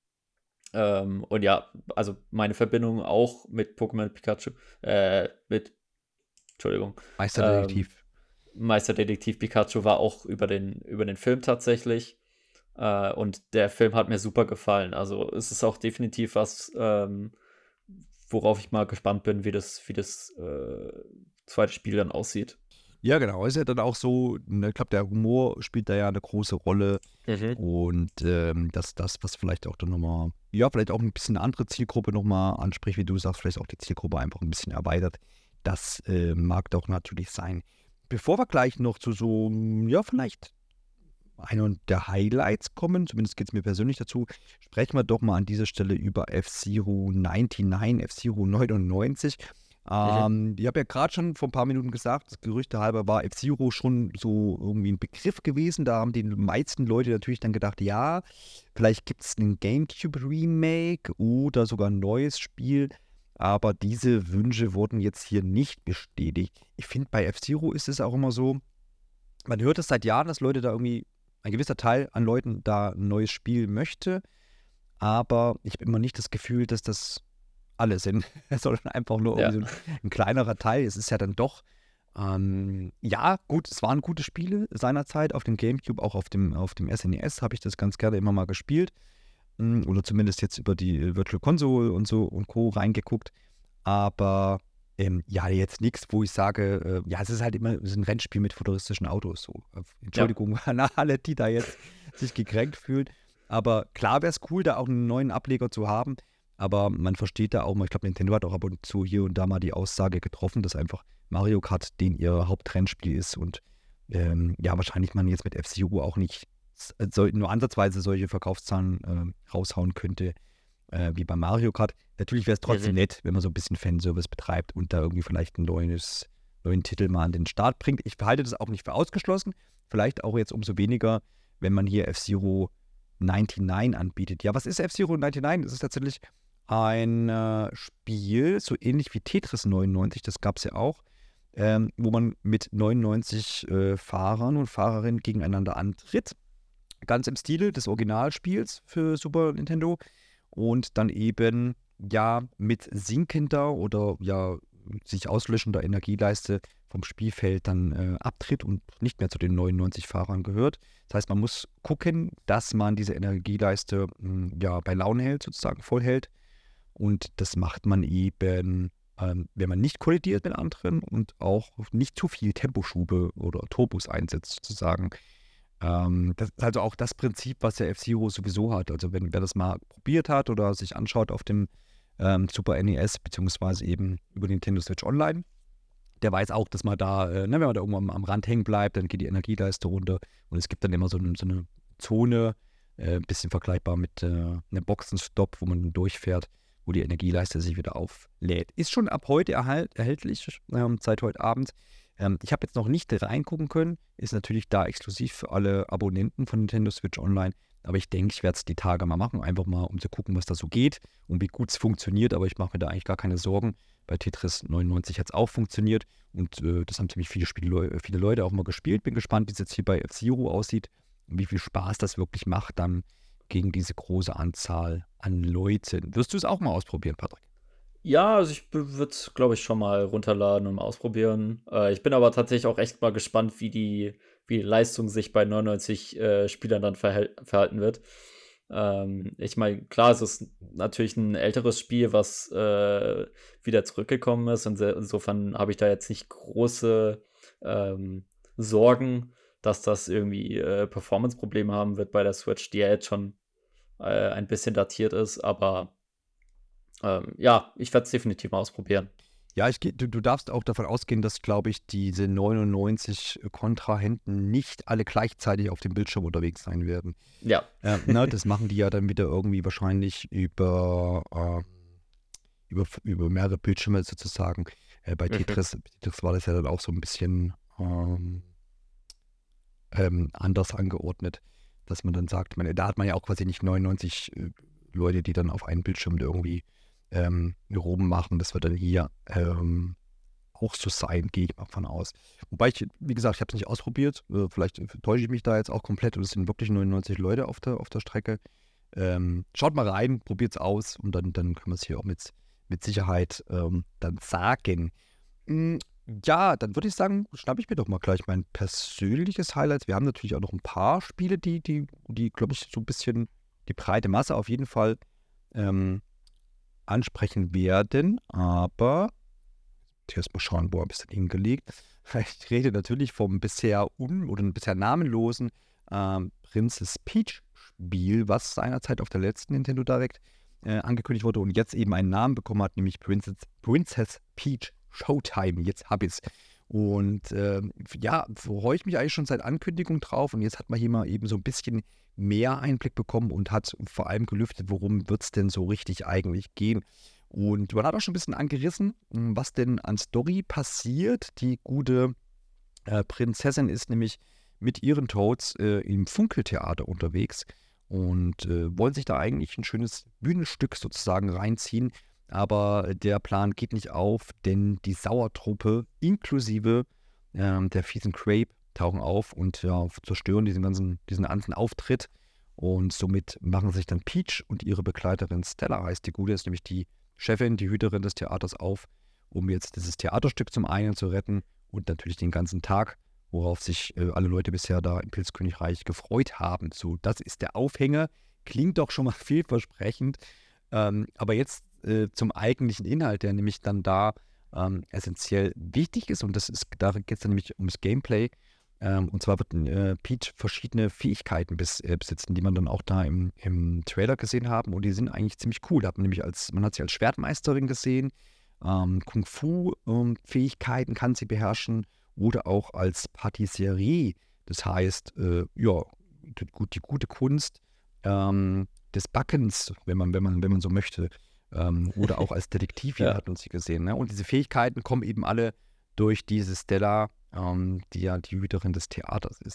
Ähm, und ja, also meine Verbindung auch mit Pokémon Pikachu äh, mit Entschuldigung, ähm, Meisterdetektiv. Meisterdetektiv Pikachu war auch über den über den Film tatsächlich. Äh, und der Film hat mir super gefallen. Also, es ist auch definitiv was, ähm, worauf ich mal gespannt bin, wie das wie das, äh, zweite Spiel dann aussieht. Ja, genau. Ist ja dann auch so, ne, ich glaube, der Humor spielt da ja eine große Rolle. Mhm. Und ähm, dass das, was vielleicht auch dann nochmal, ja, vielleicht auch ein bisschen eine andere Zielgruppe nochmal anspricht, wie du sagst, vielleicht auch die Zielgruppe einfach ein bisschen erweitert. Das äh, mag doch natürlich sein. Bevor wir gleich noch zu so, mm, ja, vielleicht einer der Highlights kommen, zumindest geht es mir persönlich dazu, sprechen wir doch mal an dieser Stelle über F-Zero neunundneunzig, F-Zero neunundneunzig. Mhm. Ähm, ich habe ja gerade schon vor ein paar Minuten gesagt, das Gerüchte halber war F-Zero schon so irgendwie ein Begriff gewesen. Da haben die meisten Leute natürlich dann gedacht, ja, vielleicht gibt es einen GameCube-Remake oder sogar ein neues Spiel. Aber diese Wünsche wurden jetzt hier nicht bestätigt. Ich finde, bei F-Zero ist es auch immer so, man hört es seit Jahren, dass Leute da irgendwie, ein gewisser Teil an Leuten da ein neues Spiel möchte, aber ich habe immer nicht das Gefühl, dass das alle sind, sondern einfach nur irgendwie Ja. so ein, ein kleinerer Teil. Es ist ja dann doch, ähm, ja, gut, es waren gute Spiele seinerzeit auf dem GameCube, auch auf dem, auf dem S N E S habe ich das ganz gerne immer mal gespielt. Mm, Oder zumindest jetzt über die Virtual Console und so und Co. reingeguckt. Aber ähm, ja, jetzt nichts, wo ich sage, äh, ja, es ist halt immer es ist ein Rennspiel mit futuristischen Autos. So. Äh, Ja. Entschuldigung an alle, die da jetzt sich gekränkt fühlen. Aber klar wäre es cool, da auch einen neuen Ableger zu haben. Aber man versteht da auch mal, ich glaube, Nintendo hat auch ab und zu hier und da mal die Aussage getroffen, dass einfach Mario Kart den ihr Hauptrennspiel ist und ähm, ja, wahrscheinlich man jetzt mit F-Zero auch nicht s- so, nur ansatzweise solche Verkaufszahlen ähm, raushauen könnte, äh, wie bei Mario Kart. Natürlich wäre es trotzdem Mhm. nett, wenn man so ein bisschen Fanservice betreibt und da irgendwie vielleicht einen neues, neuen Titel mal an den Start bringt. Ich halte das auch nicht für ausgeschlossen. Vielleicht auch jetzt umso weniger, wenn man hier F-Zero neunundneunzig anbietet. Ja, was ist F-Zero neunundneunzig? Es ist tatsächlich ein äh, Spiel, so ähnlich wie Tetris neunundneunzig, das gab es ja auch, ähm, wo man mit neunundneunzig äh, Fahrern und Fahrerinnen gegeneinander antritt. Ganz im Stile des Originalspiels für Super Nintendo. Und dann eben, ja, mit sinkender oder ja, sich auslöschender Energieleiste vom Spielfeld dann äh, abtritt und nicht mehr zu den neunundneunzig Fahrern gehört. Das heißt, man muss gucken, dass man diese Energieleiste mh, ja, bei Laune hält, sozusagen voll hält. Und das macht man eben, ähm, wenn man nicht kollidiert mit anderen und auch nicht zu viel Temposchube oder Turbos einsetzt, sozusagen. Ähm, das ist also auch das Prinzip, was der F-Zero sowieso hat. Also wenn wer das mal probiert hat oder sich anschaut auf dem ähm, Super N E S, beziehungsweise eben über Nintendo Switch Online, der weiß auch, dass man da, äh, ne, wenn man da irgendwo am, am Rand hängen bleibt, dann geht die Energieleiste runter und es gibt dann immer so, eine- so eine Zone, äh, ein bisschen vergleichbar mit äh, einem Boxenstopp, wo man durchfährt, wo die Energieleiste sich wieder auflädt. Ist schon ab heute erhalt, erhältlich, ähm, seit heute Abend. Ähm, ich habe jetzt noch nicht reingucken können, ist natürlich da exklusiv für alle Abonnenten von Nintendo Switch Online, aber ich denke, ich werde es die Tage mal machen, einfach mal, um zu gucken, was da so geht und wie gut es funktioniert, aber ich mache mir da eigentlich gar keine Sorgen. Bei Tetris neunundneunzig hat es auch funktioniert und äh, das haben ziemlich viele, Spiele, viele Leute auch mal gespielt. Bin gespannt, wie es jetzt hier bei F-Zero aussieht und wie viel Spaß das wirklich macht, dann gegen diese große Anzahl an Leuten. Wirst du es auch mal ausprobieren, Patrick? Ja, also ich würde es, glaube ich, schon mal runterladen und mal ausprobieren. Äh, ich bin aber tatsächlich auch echt mal gespannt, wie die, wie die Leistung sich bei neunundneunzig äh, Spielern dann verhält, verhalten wird. Ähm, ich meine, klar, es ist natürlich ein älteres Spiel, was äh, wieder zurückgekommen ist. Und insofern habe ich da jetzt nicht große ähm, Sorgen, dass das irgendwie äh, Performance-Probleme haben wird bei der Switch, die ja jetzt schon äh, ein bisschen datiert ist. Aber ähm, ja, ich werde es definitiv mal ausprobieren. Ja, ich, geh- du, du darfst auch davon ausgehen, dass, glaube ich, diese neunundneunzig Kontrahenten nicht alle gleichzeitig auf dem Bildschirm unterwegs sein werden. Ja. Ähm, ne, das machen die ja dann wieder irgendwie wahrscheinlich über, äh, über, über mehrere Bildschirme sozusagen. Äh, bei Mhm. Tetris, Tetris war das ja dann auch so ein bisschen ähm, ähm, anders angeordnet, dass man dann sagt, man, da hat man ja auch quasi nicht neunundneunzig äh, Leute, die dann auf einen Bildschirm irgendwie ähm, rum machen. Das wird dann hier ähm, auch so sein, gehe ich mal von aus. Wobei ich, wie gesagt, ich habe es nicht ausprobiert. Äh, vielleicht täusche ich mich da jetzt auch komplett und es sind wirklich neunundneunzig Leute auf der, auf der Strecke. Ähm, schaut mal rein, probiert es aus und dann, dann können wir es hier auch mit, mit Sicherheit ähm, dann sagen. Mm, Ja, dann würde ich sagen, schnappe ich mir doch mal gleich mein persönliches Highlight. Wir haben natürlich auch noch ein paar Spiele, die, die, die glaube ich, so ein bisschen die breite Masse auf jeden Fall ähm, ansprechen werden. Aber hier erst mal schauen, wo er ein bisschen hingelegt. Ich rede natürlich vom bisher un- oder bisher namenlosen ähm, Princess Peach Spiel, was seinerzeit auf der letzten Nintendo Direct äh, angekündigt wurde und jetzt eben einen Namen bekommen hat, nämlich Princess, Princess Peach Showtime. Jetzt habe ich es. Und ähm, ja, freue ich mich eigentlich schon seit Ankündigung drauf. Und jetzt hat man hier mal eben so ein bisschen mehr Einblick bekommen und hat vor allem gelüftet, worum wird es denn so richtig eigentlich gehen. Und man hat auch schon ein bisschen angerissen, m, was denn an Story passiert. Die gute äh, Prinzessin ist nämlich mit ihren Toads äh, im Funkeltheater unterwegs und äh, wollen sich da eigentlich ein schönes Bühnenstück sozusagen reinziehen. Aber der Plan geht nicht auf, denn die Sauertruppe inklusive ähm, der fiesen Crape tauchen auf und ja, zerstören diesen ganzen, diesen ganzen Auftritt. Und somit machen sich dann Peach und ihre Begleiterin Stella, heißt die Gute, ist nämlich die Chefin, die Hüterin des Theaters auf, um jetzt dieses Theaterstück zum einen zu retten und natürlich den ganzen Tag, worauf sich äh, alle Leute bisher da im Pilzkönigreich gefreut haben. So, das ist der Aufhänger. Klingt doch schon mal vielversprechend. Ähm, aber jetzt äh, zum eigentlichen Inhalt, der nämlich dann da ähm, essentiell wichtig ist. Und das ist, da geht es dann nämlich ums Gameplay. Ähm, und zwar wird äh, Peach verschiedene Fähigkeiten bis, äh, besitzen, die man dann auch da im, im Trailer gesehen haben. Und die sind eigentlich ziemlich cool. Da hat man nämlich als, man hat sie als Schwertmeisterin gesehen. Ähm, Kung-Fu-Fähigkeiten kann sie beherrschen oder auch als Patisserie. Das heißt, äh, ja, die, die gute Kunst ähm, des Backens, wenn man, wenn man, wenn man so möchte. Ähm, oder auch als Detektivin Ja. hat man sie gesehen. Ne? Und diese Fähigkeiten kommen eben alle durch diese Stella, ähm, die ja die Hüterin des Theaters ist.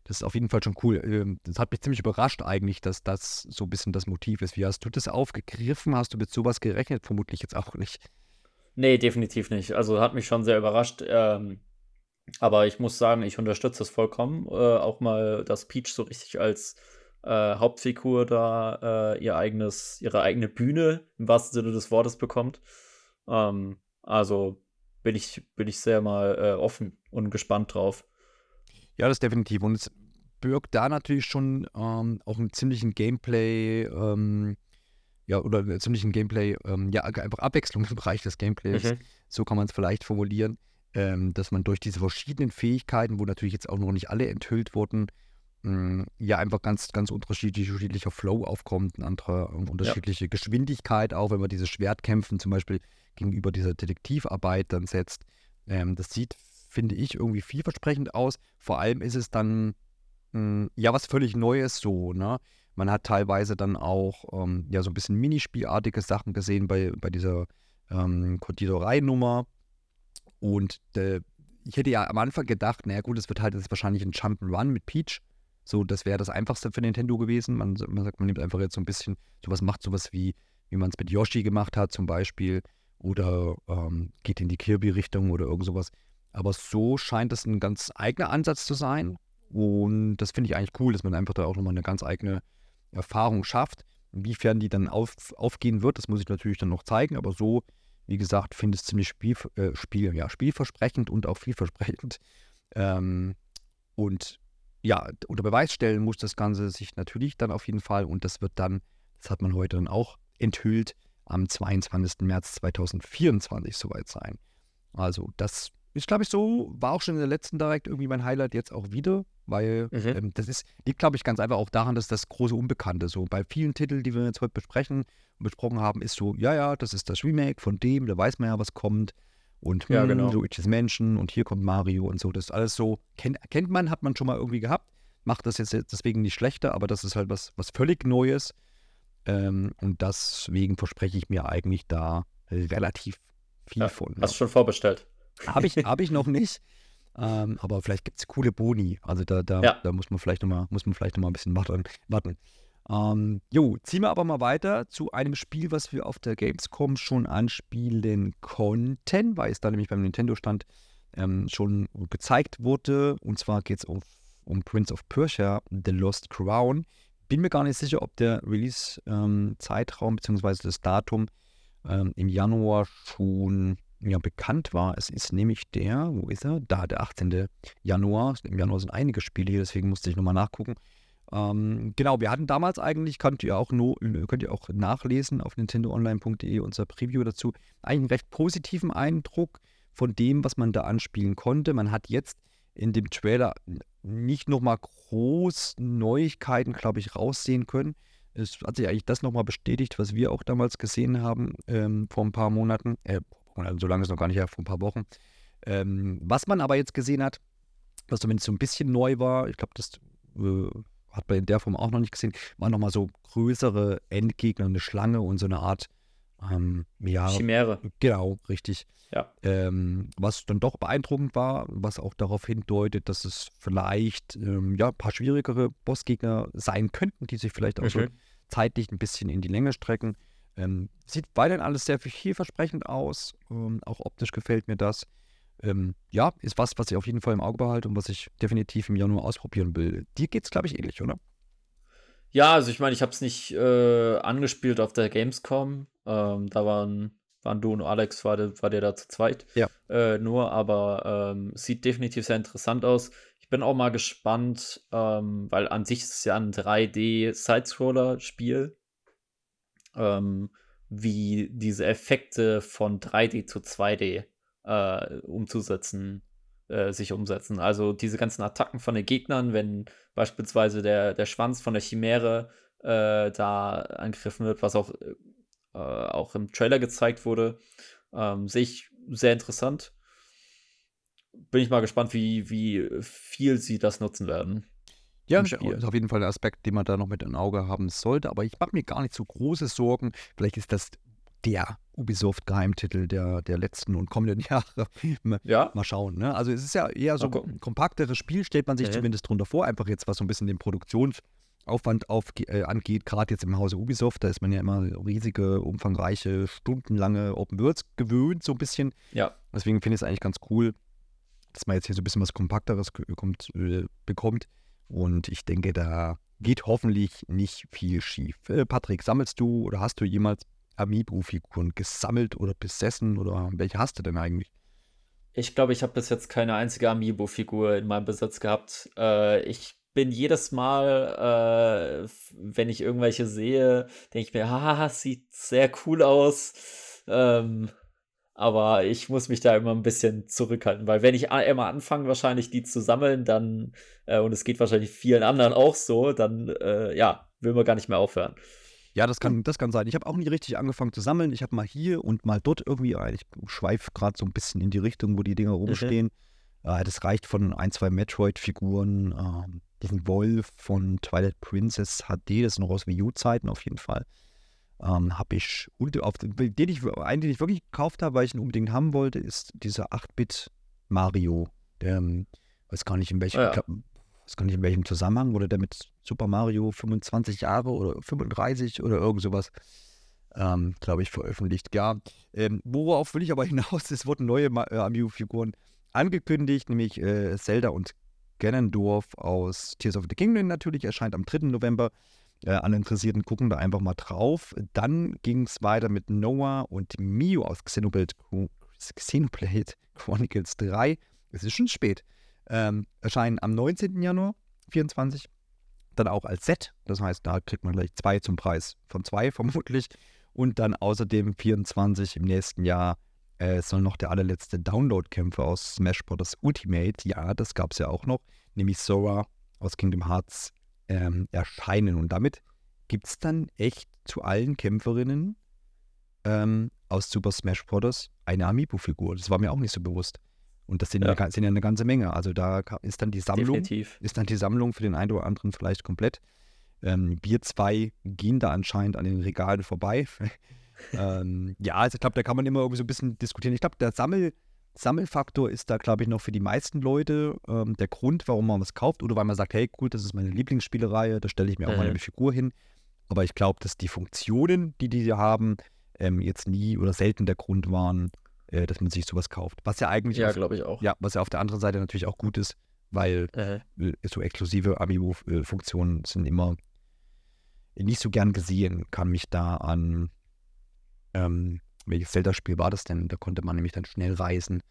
das ist auf jeden Fall schon cool. Ähm, das hat mich ziemlich überrascht eigentlich, dass das so ein bisschen das Motiv ist. Wie hast du das aufgegriffen? Hast du mit sowas gerechnet? Vermutlich jetzt auch nicht. Nee, definitiv nicht. Also, hat mich schon sehr überrascht, ähm, aber ich muss sagen, ich unterstütze es vollkommen, äh, auch mal, dass Peach so richtig als, äh, Hauptfigur da, äh, ihr eigenes ihre eigene Bühne im wahrsten Sinne des Wortes bekommt. Ähm, also, bin ich bin ich sehr mal, äh, offen und gespannt drauf. Ja, das definitiv. Und es birgt da natürlich schon ähm, auch einen ziemlichen Gameplay, ähm, ja, oder 'ne ziemlichen Gameplay, ähm, ja, einfach Abwechslung im Bereich des Gameplays. Mhm. So kann man es vielleicht formulieren, ähm, dass man durch diese verschiedenen Fähigkeiten, wo natürlich jetzt auch noch nicht alle enthüllt wurden, hm, ja, einfach ganz ganz unterschiedlich unterschiedlicher Flow aufkommt, 'n anderer ähm, Ja. unterschiedliche Geschwindigkeit auch, wenn man diese Schwertkämpfen zum Beispiel gegenüber dieser Detektivarbeit dann setzt. Ähm, das sieht, finde ich, irgendwie vielversprechend aus. Vor allem ist es dann, hm, ja, was völlig Neues so, ne? Man hat teilweise dann auch, ähm, ja, so ein bisschen Minispielartige Sachen gesehen bei bei dieser, ähm, Konditoreienummer. Und, äh, ich hätte ja am Anfang gedacht, na ja gut, es wird halt jetzt wahrscheinlich ein Jump 'n Run mit Peach. So, das wäre das Einfachste für Nintendo gewesen. Man s man sagt, man nimmt einfach jetzt so ein bisschen sowas, macht sowas wie wie man es mit Yoshi gemacht hat zum Beispiel oder, ähm, geht in die Kirby-Richtung oder irgend sowas. Aber so scheint es ein ganz eigener Ansatz zu sein und das finde ich eigentlich cool, dass man einfach da auch noch mal 'ne ganz eigene Erfahrung schafft. Inwiefern die dann auf aufgehen wird, das muss ich natürlich dann noch zeigen, aber so, wie gesagt, finde ich es ziemlich spielv äh, Spiel ja, spielversprechend und auch vielversprechend. Ähm, und ja, d unter Beweis stellen muss das Ganze sich natürlich dann auf jeden Fall und das wird dann, das hat man heute dann auch enthüllt, am zweiundzwanzigsten März zweitausendvierundzwanzig soweit sein. Also, das ist, glaube ich, so, war auch schon in der letzten Direct irgendwie mein Highlight, jetzt auch wieder, weil, Mhm. ähm, das ist liegt, glaube ich, ganz einfach auch daran, dass das große Unbekannte so bei vielen Titeln, die wir jetzt heute besprechen und besprochen haben, ist so: „Ja, ja, das ist das Remake von dem, da weiß man ja, was kommt und, Ja, hm, genau. Luigi's Mansion und hier kommt Mario“ und so. Das ist alles so kennt kennt man, hat man schon mal irgendwie gehabt, macht das jetzt jetzt deswegen nicht schlechter, aber das ist halt was was völlig Neues, ähm, und deswegen verspreche ich mir eigentlich da relativ viel Ja. von, ja. Hast schon vorbestellt? Habe ich habe ich noch nicht, ähm, aber vielleicht gibt's coole Boni. Also, da da Ja. da muss man vielleicht noch mal muss man vielleicht noch mal 'n bisschen warten warten. Ähm, jo, ziehen wir aber mal weiter zu einem Spiel, was wir auf der Gamescom schon anspielen konnten, weil es da nämlich beim Nintendo-Stand, ähm, schon gezeigt wurde. Und zwar geht's um um Prince of Persia: The Lost Crown. Bin mir gar nicht sicher, ob der Release ähm, Zeitraum beziehungsweise das Datum, ähm, im Januar schon, ja, bekannt war. Es ist nämlich der, wo ist er? Da, der achtzehnte Januar. Im Januar sind einige Spiele hier, deswegen musste ich noch mal nachgucken. Ähm, genau, wir hatten damals eigentlich, könnt ihr auch no könnt ihr auch nachlesen auf nintendoonline punkt de, unser Preview dazu, eigentlich einen recht positiven Eindruck von dem, was man da anspielen konnte. Man hat jetzt in dem Trailer n nicht noch mal groß Neuigkeiten, glaube ich, raussehen können. Es hat sich eigentlich das noch mal bestätigt, was wir auch damals gesehen haben, ähm, vor ein paar Monaten. Äh, so lange ist noch gar nicht her, vor ein paar Wochen. Ähm, was man aber jetzt gesehen hat, was zumindest so ein bisschen neu war, ich glaube, das, äh, hat man in der Form auch noch nicht gesehen, waren noch mal so größere Endgegner, eine Schlange und so eine Art, ähm, ja, Chimäre. genau, richtig. Ja. Ähm, was dann doch beeindruckend war, was auch darauf hindeutet, dass es vielleicht, ähm, ja, ein paar schwierigere Bossgegner sein könnten, die sich vielleicht auch so Mhm. zeitlich ein bisschen in die Länge strecken. Ähm, sieht weiterhin alles sehr vielversprechend aus, ähm, auch optisch gefällt mir das. Ähm, ja, ist was, was ich auf jeden Fall im Auge behalte und was ich definitiv im Januar ausprobieren will. Dir geht's, glaube ich, ähnlich, oder? Ja, also ich meine, ich habe es nicht, äh, angespielt auf der Gamescom. Ähm, da waren waren du und Alex war der wart ihr da zu zweit, Ja. äh, nur, aber, ähm, sieht definitiv sehr interessant aus. Ich bin auch mal gespannt, ähm, weil an sich ist es ja 'n drei D-Sidescroller-Spiel, ähm, wie diese Effekte von drei D zu zwei D, äh, umzusetzen äh, sich umsetzen. Also, diese ganzen Attacken von den Gegnern, wenn beispielsweise der der Schwanz von der Chimäre, äh, da angegriffen wird, was auch, äh, äh, auch im Trailer gezeigt wurde, ähm, sehe ich sehr interessant. Bin ich mal gespannt, wie wie viel sie das nutzen werden Ja, im ist Spiel. auf jeden Fall ein Aspekt, den man da noch mit im Auge haben sollte, aber ich mache mir gar nicht so große Sorgen. Vielleicht ist das der Ubisoft-Geheimtitel der, der letzten und kommenden Jahre. mal, Ja, mal schauen. Ne? Also es ist ja eher so mal gucken. ein kompakteres Spiel, stellt man sich Mhm. zumindest drunter vor. Einfach jetzt, was so ein bisschen den Produktionsaufwand auf, äh, angeht, gerade jetzt im Hause Ubisoft, da ist man ja immer riesige, umfangreiche, stundenlange Open Worlds gewöhnt, so ein bisschen. Ja, Deswegen finde ich es eigentlich ganz cool, dass man jetzt hier so ein bisschen was Kompakteres ge- kommt, äh, bekommt. Und ich denke, da geht hoffentlich nicht viel schief. Äh, Patrick, sammelst du oder hast du jemals Amiibo-Figuren gesammelt oder besessen oder welche hast du denn eigentlich? ich glaube, ich habe bis jetzt keine einzige Amiibo-Figur in meinem Besitz gehabt. Äh, ich bin jedes Mal, äh, f- wenn ich irgendwelche sehe, denke ich mir, haha, sieht sehr cool aus. Ähm, aber ich muss mich da immer ein bisschen zurückhalten, weil wenn ich a- immer anfange, wahrscheinlich die zu sammeln, dann, äh, und es geht wahrscheinlich vielen anderen auch so, dann, äh, ja, will man gar nicht mehr aufhören. Ja, das kann, das kann sein. Ich habe auch nie richtig angefangen zu sammeln. Ich habe mal hier und mal dort irgendwie, äh, ich schweife gerade so ein bisschen in die Richtung, wo die Dinger Mhm. rumstehen. Äh, das reicht von ein, zwei Metroid-Figuren, ähm, diesen Wolf von Twilight Princess H D, das ist noch aus Wii U-Zeiten auf jeden Fall. Ähm, habe ich, und auf den, den ich, einen, den ich wirklich gekauft habe, weil ich ihn unbedingt haben wollte, ist dieser acht-Bit Mario. Der, ähm, weiß gar nicht in welchem, Ah ich glaub, ja, weiß gar nicht in welchem Zusammenhang, wurde der mit Super Mario fünfundzwanzig Jahre oder fünfunddreißig oder irgend sowas, ähm, glaube ich, veröffentlicht. Ja, ähm, worauf will ich aber hinaus? Es wurden neue Ma- äh, Amiibo-Figuren angekündigt, nämlich äh, Zelda und Ganondorf aus Tears of the Kingdom natürlich, erscheint am dritten November. Äh, alle Interessierten gucken da einfach mal drauf. Dann ging es weiter mit Noah und Mio aus Xenoblade, Chro- Xenoblade Chronicles drei. Es ist schon spät. Ähm, erscheinen am neunzehnten Januar vierundzwanzig. Dann auch als Set. Das heißt, da kriegt man gleich zwei zum Preis von zwei vermutlich. Und dann außerdem vierundzwanzig im nächsten Jahr äh, soll noch der allerletzte Download-Kämpfer aus Smash Bros. Ultimate, ja, das gab es ja auch noch, nämlich Sora aus Kingdom Hearts ähm, erscheinen. Und damit gibt es dann echt zu allen Kämpferinnen ähm, aus Super Smash Bros. Eine Amiibo-Figur. Das war mir auch nicht so bewusst. Und das sind, eine, ja, ga- sind ja eine ganze Menge. Also da ka- ist dann die Sammlung, definitiv. ist dann die Sammlung für den einen oder anderen vielleicht komplett. Ähm, wir zwei gehen da anscheinend an den Regalen vorbei. ähm, ja, also ich glaube, da kann man immer irgendwie so ein bisschen diskutieren. Ich glaube, der Sammel, Sammelfaktor ist da, glaube ich, noch für die meisten Leute ähm, der Grund, warum man was kauft. Oder weil man sagt, hey, cool, das ist meine Lieblingsspielereihe, da stelle ich mir auch mal eine Mhm. Figur hin. Aber ich glaube, dass die Funktionen, die die haben, ähm, jetzt nie oder selten der Grund waren, äh, dass man sich sowas kauft. Was ja eigentlich Ja, auf, glaube ich auch. ja, was ja auf der anderen Seite natürlich auch gut ist, weil Mhm. äh, so exklusive Amiibo-Funktionen sind immer nicht so gern gesehen. Kann mich da an, ähm, welches Zelda-Spiel war das denn? Da konnte man nämlich dann schnell reisen.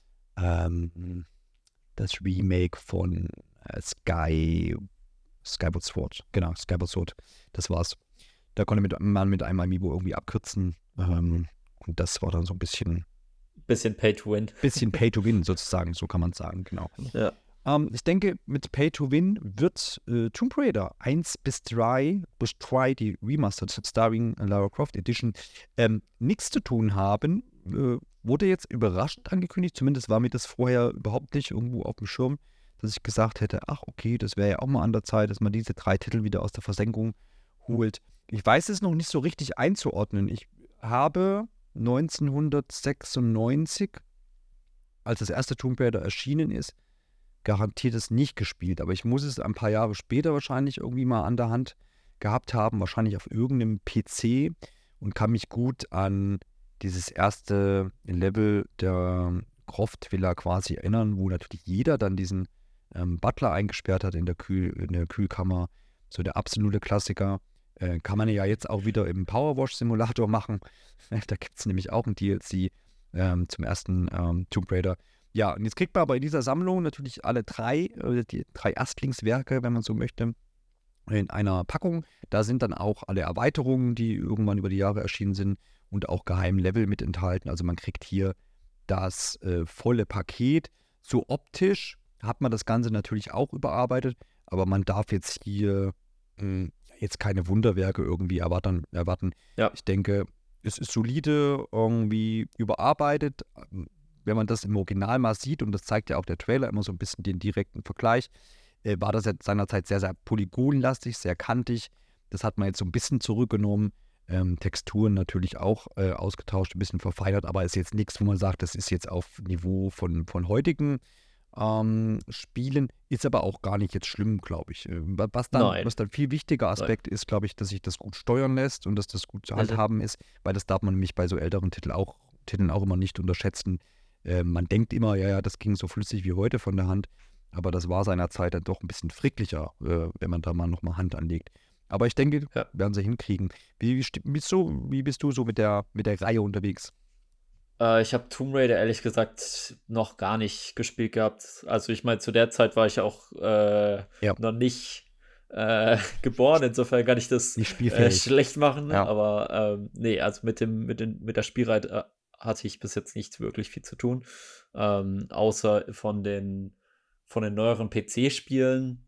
Ähm, das Remake von äh, Sky, Skyward Sword. Genau, Skyward Sword. Das war's. Da konnte mit, man mit einem Amiibo irgendwie abkürzen. Ähm, und das war dann so ein bisschen, Bisschen Pay to Win. bisschen Pay to Win sozusagen, so kann man sagen, genau. Ja. Ähm, ich denke, mit Pay to Win wird äh, Tomb Raider eins bis drei, bis drei, die Remastered Starring Lara Croft Edition, ähm, nichts zu tun haben. Äh, wurde jetzt überraschend angekündigt, zumindest war mir das vorher überhaupt nicht irgendwo auf dem Schirm, dass ich gesagt hätte, ach okay, das wäre ja auch mal an der Zeit, dass man diese drei Titel wieder aus der Versenkung holt. Ich weiß es noch nicht so richtig einzuordnen. Ich habe neunzehnhundertsechsundneunzig, als das erste Tomb Raider erschienen ist, garantiert es nicht gespielt, aber ich muss es ein paar Jahre später wahrscheinlich irgendwie mal an der Hand gehabt haben, wahrscheinlich auf irgendeinem P C und kann mich gut an dieses erste Level der Croft Villa quasi erinnern, wo natürlich jeder dann diesen ähm, Butler eingesperrt hat in der, Kühl, in der Kühlkammer. So der absolute Klassiker. Äh, kann man ja jetzt auch wieder im Powerwash Simulator machen. Da gibt es nämlich auch ein D L C ähm, zum ersten ähm, Tomb Raider. Ja, und jetzt kriegt man aber in dieser Sammlung natürlich alle drei, äh, die drei Erstlingswerke, wenn man so möchte, in einer Packung. Da sind dann auch alle Erweiterungen, die irgendwann über die Jahre erschienen sind und auch Geheimlevel mit enthalten. Also man kriegt hier das äh, volle Paket. So optisch hat man das Ganze natürlich auch überarbeitet, aber man darf jetzt hier mh, jetzt keine Wunderwerke irgendwie erwarten. erwarten. Ja. Ich denke, es ist solide irgendwie überarbeitet. Wenn man das im Original mal sieht, und das zeigt ja auch der Trailer immer so ein bisschen den direkten Vergleich, äh, war das ja seinerzeit sehr, sehr polygonlastig, sehr kantig. Das hat man jetzt so ein bisschen zurückgenommen. Ähm, Texturen natürlich auch äh, ausgetauscht, ein bisschen verfeinert, aber ist jetzt nichts, wo man sagt, das ist jetzt auf Niveau von, von heutigen ähm, Spielen, ist aber auch gar nicht jetzt schlimm, glaube ich. Äh, wa- Was dann, Nein, was dann viel wichtiger nein. Aspekt ist, glaube ich, dass sich das gut steuern lässt und dass das gut zu Mhm. handhaben ist, weil das darf man nämlich bei so älteren Titeln auch, Titeln auch immer nicht unterschätzen. Äh, man denkt immer, ja, ja, das ging so flüssig wie heute von der Hand, aber das war seinerzeit dann doch ein bisschen fricklicher, äh, wenn man da mal nochmal Hand anlegt. Aber ich denke, Ja. werden sie hinkriegen. Wie, wie, sti- bist du, wie bist du so mit der, mit der Reihe unterwegs? Äh, ich habe Tomb Raider ehrlich gesagt noch gar nicht gespielt gehabt. Also ich meine, zu der Zeit war ich ja auch äh, Ja, noch nicht äh, geboren, insofern kann ich das nicht äh, spielfähig. schlecht machen. Ja, Aber ähm, nee, also mit dem, mit den, mit der Spielreihe äh, hatte ich bis jetzt nicht wirklich viel zu tun. Ähm, außer von den von den neueren P C-Spielen,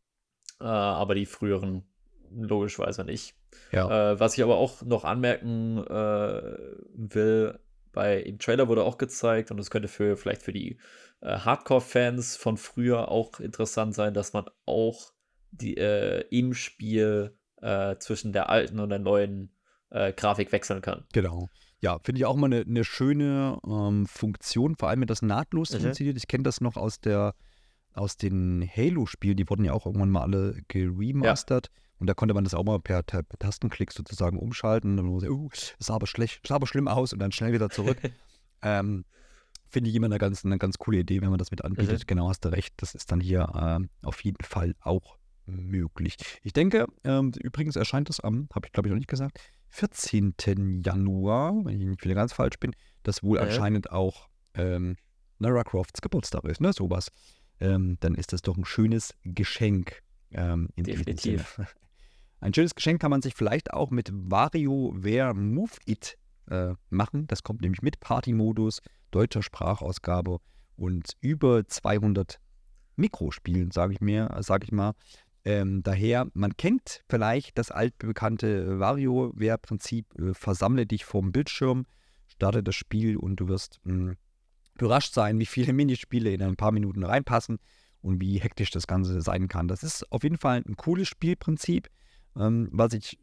äh, aber die früheren logischerweise nicht. ja, Äh, was ich aber auch noch anmerken äh, will, bei im Trailer wurde auch gezeigt, und es könnte für vielleicht für die äh, Hardcore-Fans von früher auch interessant sein, dass man auch die äh, im Spiel äh, zwischen der alten und der neuen äh, Grafik wechseln kann. genau. Ja, finde ich auch mal eine ne schöne ähm, Funktion, vor allem wenn das nahtlos Mhm. funktioniert. Ich kenne das noch aus der aus den Halo-Spielen, die wurden ja auch irgendwann mal alle Ja. geremastert. Und da konnte man das auch mal per, per Tastenklick sozusagen umschalten. Und dann wurde so, uh, das sah aber schlecht, sah aber schlimm aus und dann schnell wieder zurück. Ähm, Finde ich immer eine ganz, eine ganz coole Idee, wenn man das mit Mhm. anbietet. Genau, hast du recht. Das ist dann hier ähm, auf jeden Fall auch möglich. Ich denke, ähm, übrigens erscheint das am, habe ich glaube ich noch nicht gesagt, vierzehnten Januar, wenn ich nicht wieder ganz falsch bin, das wohl Mhm. anscheinend auch ähm, Lara Crofts Geburtstag ist, ne? Sowas. Ähm, dann ist das doch ein schönes Geschenk ähm, in diesem Sinne. Definitiv. Ein schönes Geschenk kann man sich vielleicht auch mit WarioWare Move It äh, machen. Das kommt nämlich mit Party-Modus, deutscher Sprachausgabe und über zweihundert Mikrospielen, sage ich mir, sage ich mal. Ähm, daher, man kennt vielleicht das altbekannte WarioWare-Prinzip, äh, versammle dich vorm Bildschirm, starte das Spiel und du wirst mh, überrascht sein, wie viele Minispiele in ein paar Minuten reinpassen und wie hektisch das Ganze sein kann. Das ist auf jeden Fall ein cooles Spielprinzip, ähm, was ich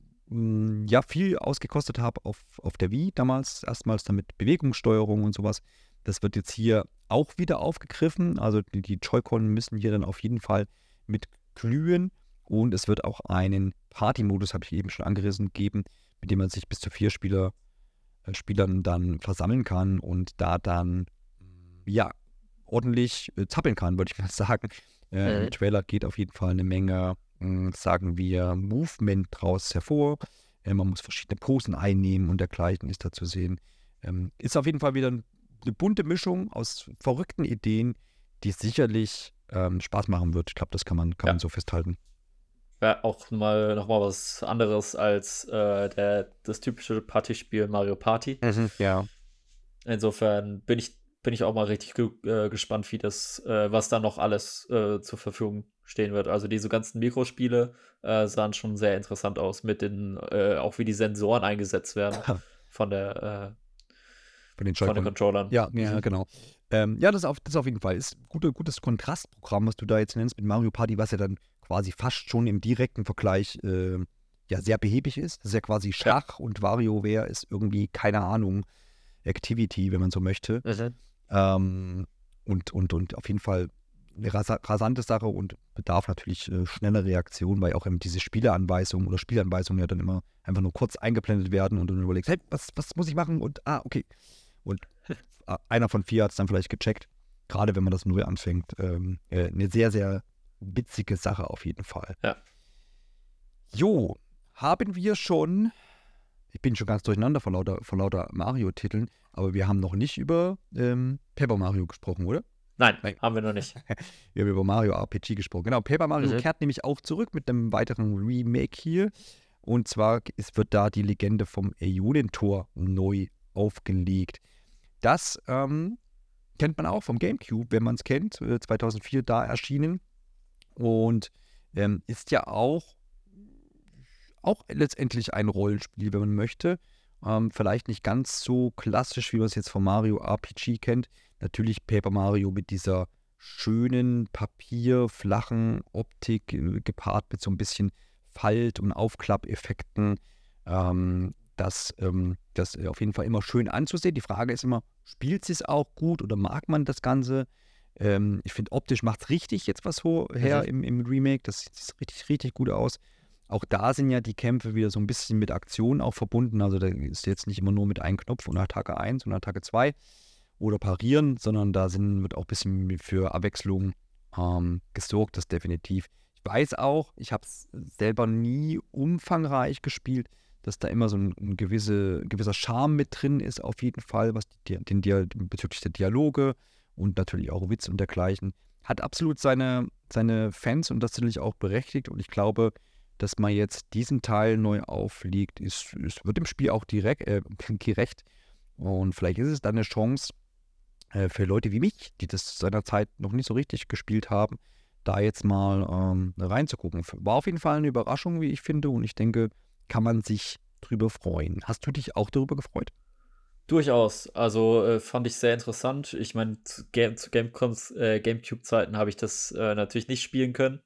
mh, ja viel ausgekostet habe auf, auf der Wii damals, erstmals damit Bewegungssteuerung und sowas. Das wird jetzt hier auch wieder aufgegriffen. Also die, die Joy-Con müssen hier dann auf jeden Fall mit glühen und es wird auch einen Party-Modus, habe ich eben schon angerissen, geben, mit dem man sich bis zu vier Spieler, äh, Spielern dann versammeln kann und da dann ja ordentlich äh, zappeln kann, würde ich mal sagen. Äh, Im Mhm. Trailer geht auf jeden Fall eine Menge, mh, sagen wir, Movement draus hervor. Äh, man muss verschiedene Posen einnehmen und dergleichen ist da zu sehen. Ähm, ist auf jeden Fall wieder eine bunte Mischung aus verrückten Ideen, die sicherlich ähm, Spaß machen wird. Ich glaube, das kann man, kann man Ja. so festhalten. Wäre auch mal noch mal was anderes als äh, der, das typische Partyspiel Mario Party. Mhm, ja. Insofern bin ich, bin ich auch mal richtig ge äh, gespannt, wie das, äh, was da noch alles äh, zur Verfügung stehen wird. Also diese ganzen Mikrospiele äh, sahen schon sehr interessant aus, mit den, äh, auch wie die Sensoren eingesetzt werden von der, äh, Von den von den Joy-Con. Controllern. Ja, ja, Mhm. genau. Ähm, ja, das auf, das auf jeden Fall ist ein gute, gutes Kontrastprogramm, was du da jetzt nennst mit Mario Party, was ja dann quasi fast schon im direkten Vergleich äh, ja sehr behäbig ist. Das ist ja quasi Ja. Schach und WarioWare ist irgendwie, keine Ahnung, Activity, wenn man so möchte. Mhm. Ähm, und, und, und auf jeden Fall eine rasa rasante Sache und bedarf natürlich äh, schneller Reaktion, weil auch eben diese Spieleanweisungen oder Spielanweisungen ja dann immer einfach nur kurz eingeblendet werden und du dann überlegst, hey, was, was muss ich machen? Und ah, okay. Und äh, einer von vier hat es dann vielleicht gecheckt, gerade wenn man das neu anfängt. Ähm, äh, eine sehr, sehr witzige Sache auf jeden Fall. Ja. Jo, haben wir schon, ich bin schon ganz durcheinander vor lauter, vor lauter Mario-Titeln, aber wir haben noch nicht über ähm, Paper Mario gesprochen, oder? Nein, Nein, haben wir noch nicht. wir haben über Mario R P G gesprochen. Genau, Paper Mario Mhm. kehrt nämlich auch zurück mit einem weiteren Remake hier. Und zwar es wird da die Legende vom Äonentor neu aufgelegt. Das ähm, kennt man auch vom GameCube, wenn man es kennt, äh, zweitausendvier da erschienen. Und ähm, ist ja auch, auch letztendlich ein Rollenspiel, wenn man möchte. Ähm, vielleicht nicht ganz so klassisch, wie man es jetzt von Mario R P G kennt. Natürlich Paper Mario mit dieser schönen, papierflachen Optik, äh, gepaart mit so ein bisschen Falt- und Aufklappeffekten. Ähm, das, ähm, das äh, auf jeden Fall immer schön anzusehen. Die Frage ist immer, spielt sie es auch gut oder mag man das Ganze? Ähm, ich finde, optisch macht es richtig jetzt was ho- her Mhm. im, im Remake. Das sieht richtig, richtig gut aus. Auch da sind ja die Kämpfe wieder so ein bisschen mit Aktion auch verbunden. Also da ist jetzt nicht immer nur mit einem Knopf und Attacke eins und Attacke zwei oder parieren, sondern da sind, wird auch ein bisschen für Abwechslung ähm, gesorgt, das definitiv. Ich weiß auch, ich habe es selber nie umfangreich gespielt, dass da immer so ein, ein gewisse, gewisser Charme mit drin ist, auf jeden Fall, was die, den, Dia- bezüglich der Dialoge und natürlich auch Witz und dergleichen. Hat absolut seine, seine Fans und das natürlich auch berechtigt. Und ich glaube, dass man jetzt diesen Teil neu auflegt, ist, ist, wird dem Spiel auch direkt äh, gerecht. Und vielleicht ist es dann eine Chance, äh, für Leute wie mich, die das seinerzeit noch nicht so richtig gespielt haben, da jetzt mal ähm, reinzugucken. War auf jeden Fall eine Überraschung, wie ich finde, und ich denke, kann man sich drüber freuen. Hast du dich auch darüber gefreut? Durchaus. Also, äh, fand ich sehr interessant. Ich meine, zu Game zu Gamecoms äh, GameCube-Zeiten habe ich das, äh, natürlich nicht spielen können.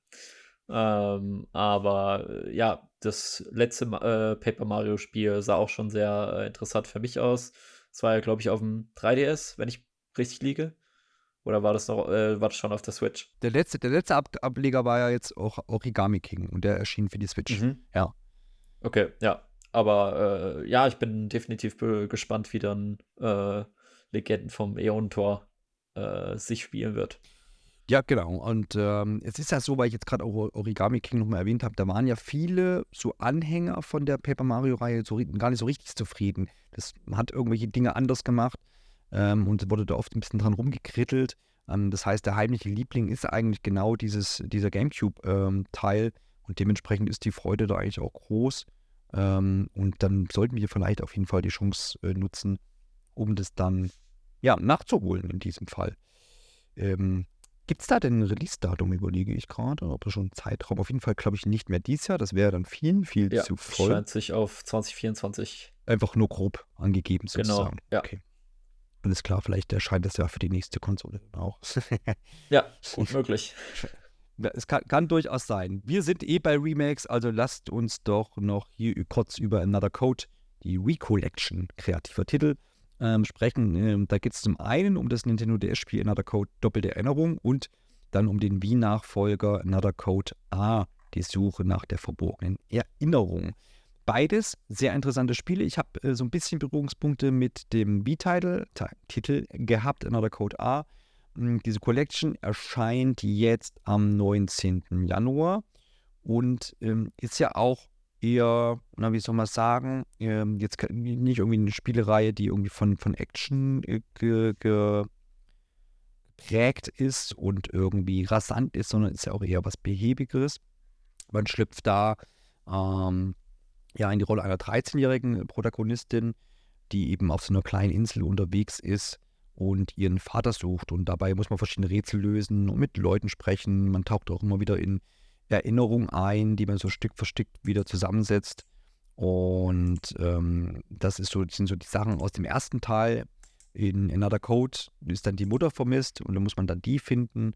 Ähm, aber, äh, ja, das letzte Ma äh, Paper Mario-Spiel sah auch schon sehr, äh, interessant für mich aus. Das war ja, glaube ich, auf dem drei D S, wenn ich richtig liege. Oder war das noch äh, war das schon auf der Switch? Der letzte, der letzte Ab Ableger war ja jetzt auch Origami King und der erschien für die Switch. Mhm. Ja. Okay, ja. Aber, äh, ja, ich bin definitiv be gespannt, wie dann, äh, Legenden vom Äonentor, äh, sich spielen wird. Ja, genau. Und ähm, es ist ja so, weil ich jetzt gerade auch Origami King nochmal erwähnt habe, da waren ja viele so Anhänger von der Paper Mario-Reihe so, ri- gar nicht so richtig zufrieden. Das hat irgendwelche Dinge anders gemacht ähm, und wurde da oft ein bisschen dran rumgekrittelt. Ähm, das heißt, der heimliche Liebling ist eigentlich genau dieses, dieser GameCube-Teil und dementsprechend ist die Freude da eigentlich auch groß. Ähm, und dann sollten wir vielleicht auf jeden Fall die Chance äh, nutzen, um das dann ja, nachzuholen in diesem Fall. Ähm, Gibt es da denn ein Release-Datum, überlege ich gerade, ob es schon einen Zeitraum, auf jeden Fall glaube ich nicht mehr dieses Jahr, das wäre dann viel, viel Ja, zu voll. scheint sich auf zwanzig vierundzwanzig. Einfach nur grob angegeben Genau, sozusagen. ja. Okay, alles klar, vielleicht erscheint das ja für die nächste Konsole dann auch. Ja, gut möglich. Ja, es kann, kann durchaus sein. Wir sind eh bei Remakes, also lasst uns doch noch hier ü- kurz über Another Code, die Recollection, kreativer Titel, ähm, sprechen. Ähm, da geht es zum einen um das Nintendo D S-Spiel Another Code Doppelte Erinnerung und dann um den Wii-Nachfolger Another Code A, die Suche nach der verborgenen Erinnerung. Beides sehr interessante Spiele. Ich habe äh, so ein bisschen Berührungspunkte mit dem Wii-Titel Titel gehabt, Another Code A. Mm, Diese Collection erscheint jetzt am neunzehnten Januar und ähm, ist ja auch eher, na, wie soll man sagen, ähm, jetzt ke- nicht irgendwie eine Spielereihe, die irgendwie von, von Action äh, ge, ge, geprägt ist und irgendwie rasant ist, sondern ist ja auch eher was Behäbigeres. Man schlüpft da ähm, ja in die Rolle einer dreizehnjährigen Protagonistin, die eben auf so einer kleinen Insel unterwegs ist und ihren Vater sucht. Und dabei muss man verschiedene Rätsel lösen und mit Leuten sprechen. Man taucht auch immer wieder in Erinnerungen ein, die man so Stück für Stück wieder zusammensetzt. Und ähm, das ist so, sind so die Sachen aus dem ersten Teil. In Another Code ist dann die Mutter vermisst und dann muss man dann die finden.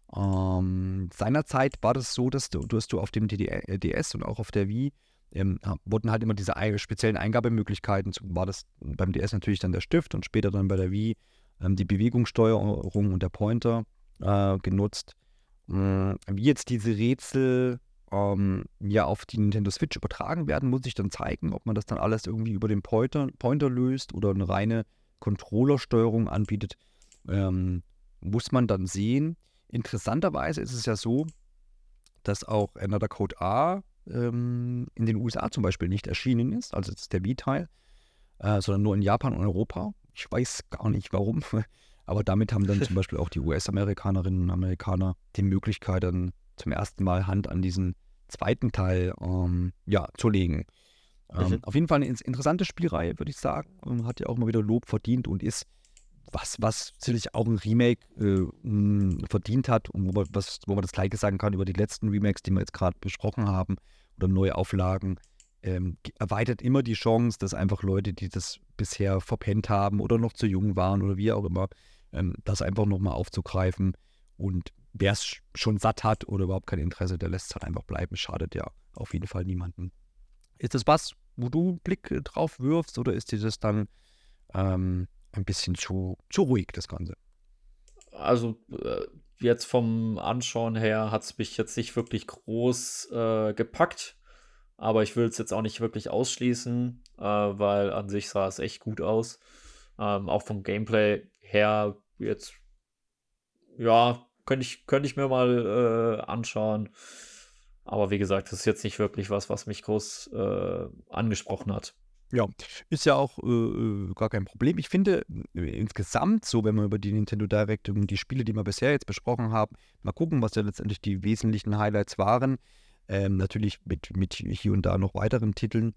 Ähm, seinerzeit war das so, dass du, dass du auf dem D D S und auch auf der Wii ähm, ha- wurden halt immer diese ei- speziellen Eingabemöglichkeiten. So war das beim D S natürlich dann der Stift und später dann bei der Wii ähm, die Bewegungssteuerung und der Pointer äh, genutzt. Mm, Wie jetzt diese Rätsel ähm, ja auf die Nintendo Switch übertragen werden, muss ich dann zeigen, ob man das dann alles irgendwie über den Pointer, Pointer löst oder eine reine Controllersteuerung anbietet. Ähm, Muss man dann sehen. Interessanterweise ist es ja so, dass auch Another Code A ähm, in den U S A zum Beispiel nicht erschienen ist, also das ist der Wii-Teil, äh, sondern nur in Japan und Europa. Ich weiß gar nicht warum, aber damit haben dann zum Beispiel auch die U S-Amerikanerinnen und Amerikaner die Möglichkeit, dann zum ersten Mal Hand an diesen zweiten Teil ähm, ja, zu legen. Ähm, Mhm. auf jeden Fall eine ins- interessante Spielreihe, würde ich sagen. Ähm, hat ja auch mal wieder Lob verdient und ist was, was sicherlich auch ein Remake äh, mh, verdient hat und wo man, was, wo man das Gleiche sagen kann über die letzten Remakes, die wir jetzt gerade besprochen haben oder neue Auflagen, ähm, ge- erweitert immer die Chance, dass einfach Leute, die das bisher verpennt haben oder noch zu jung waren oder wie auch immer, ähm, das einfach nochmal aufzugreifen. Und wer es schon satt hat oder überhaupt kein Interesse, der lässt es halt einfach bleiben. Schadet ja auf jeden Fall niemandem. Ist das was? wo du einen Blick äh, drauf wirfst, oder ist dir das dann ähm, ein bisschen zu, zu ruhig, das Ganze? Also, äh, jetzt vom Anschauen her hat es mich jetzt nicht wirklich groß, äh, gepackt, aber ich will es jetzt auch nicht wirklich ausschließen, äh, weil an sich sah es echt gut aus. Ähm, auch vom Gameplay her jetzt, ja, könnte ich könnte ich mir mal, äh, anschauen. Aber wie gesagt, das ist jetzt nicht wirklich was, was mich groß, äh, angesprochen hat. Ja, ist ja auch, äh, äh, gar kein Problem. Ich finde, äh, insgesamt so, wenn wir über die Nintendo Direct und die Spiele, die wir bisher jetzt besprochen haben, mal gucken, was ja letztendlich die wesentlichen Highlights waren. Ähm, natürlich mit mit hier und da noch weiteren Titeln.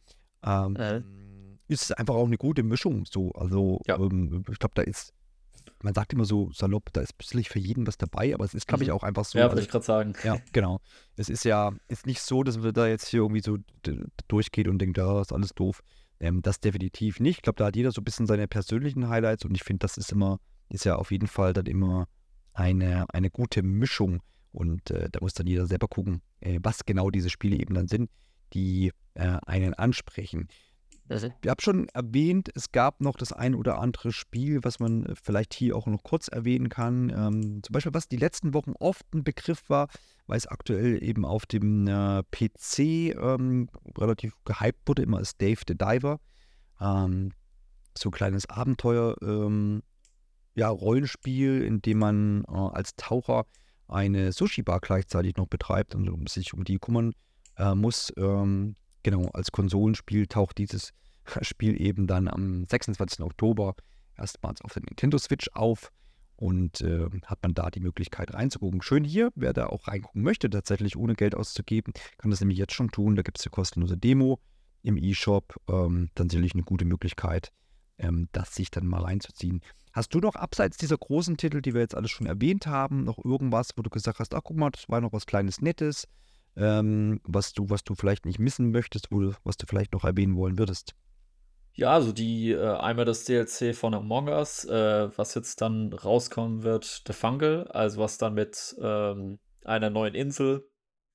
Äh, Ähm, ist es einfach auch eine gute Mischung so. Also, ja. ähm, ich glaube, da ist man sagt immer so salopp, da ist bisschen für jeden was dabei, aber es ist, glaube ich, Mhm. auch einfach so, Ja, wollte also ich gerade sagen. ja, genau. Es ist ja ist nicht so, dass wir da jetzt hier irgendwie so d durchgeht und denkt: „Ja, ist alles doof.“ Ähm, das definitiv nicht. Ich glaube, da hat jeder so ein bisschen seine persönlichen Highlights, und ich finde, das ist immer ist ja auf jeden Fall dann immer eine eine gute Mischung, und, äh, da muss dann jeder selber gucken, äh, was genau diese Spiele eben dann sind, die, äh, einen ansprechen. Mhm. Ich habe schon erwähnt, es gab noch das ein oder andere Spiel, was man äh, vielleicht hier auch noch kurz erwähnen kann. Ähm, zum Beispiel, was die letzten Wochen oft ein Begriff war, weil es aktuell eben auf dem äh, P C ähm, relativ gehypt wurde, immer ist Dave the Diver. Ähm, so ein kleines Abenteuer, ähm, ja, Rollenspiel, in dem man äh, als Taucher eine Sushi-Bar gleichzeitig noch betreibt und um sich um die kümmern äh, muss. Ähm, genau, als Konsolenspiel taucht dieses Spiel eben dann am sechsundzwanzigsten Oktober erstmals auf der Nintendo Switch auf, und äh, hat man da die Möglichkeit reinzugucken. Schön hier, wer da auch reingucken möchte, tatsächlich ohne Geld auszugeben, kann das nämlich jetzt schon tun. Da gibt es eine kostenlose Demo im eShop. Ähm, dann sicherlich eine gute Möglichkeit, ähm, das sich dann mal reinzuziehen. Hast du noch abseits dieser großen Titel, die wir jetzt alles schon erwähnt haben, noch irgendwas, wo du gesagt hast: „Ach, guck mal, das war noch was Kleines Nettes“, ähm, was du was du vielleicht nicht missen möchtest, wo du was du vielleicht noch erwähnen wollen würdest? Ja, also die äh, einmal das D L C von Among Us, äh, was jetzt dann rauskommen wird, The Fungal, also was dann mit ähm, einer neuen Insel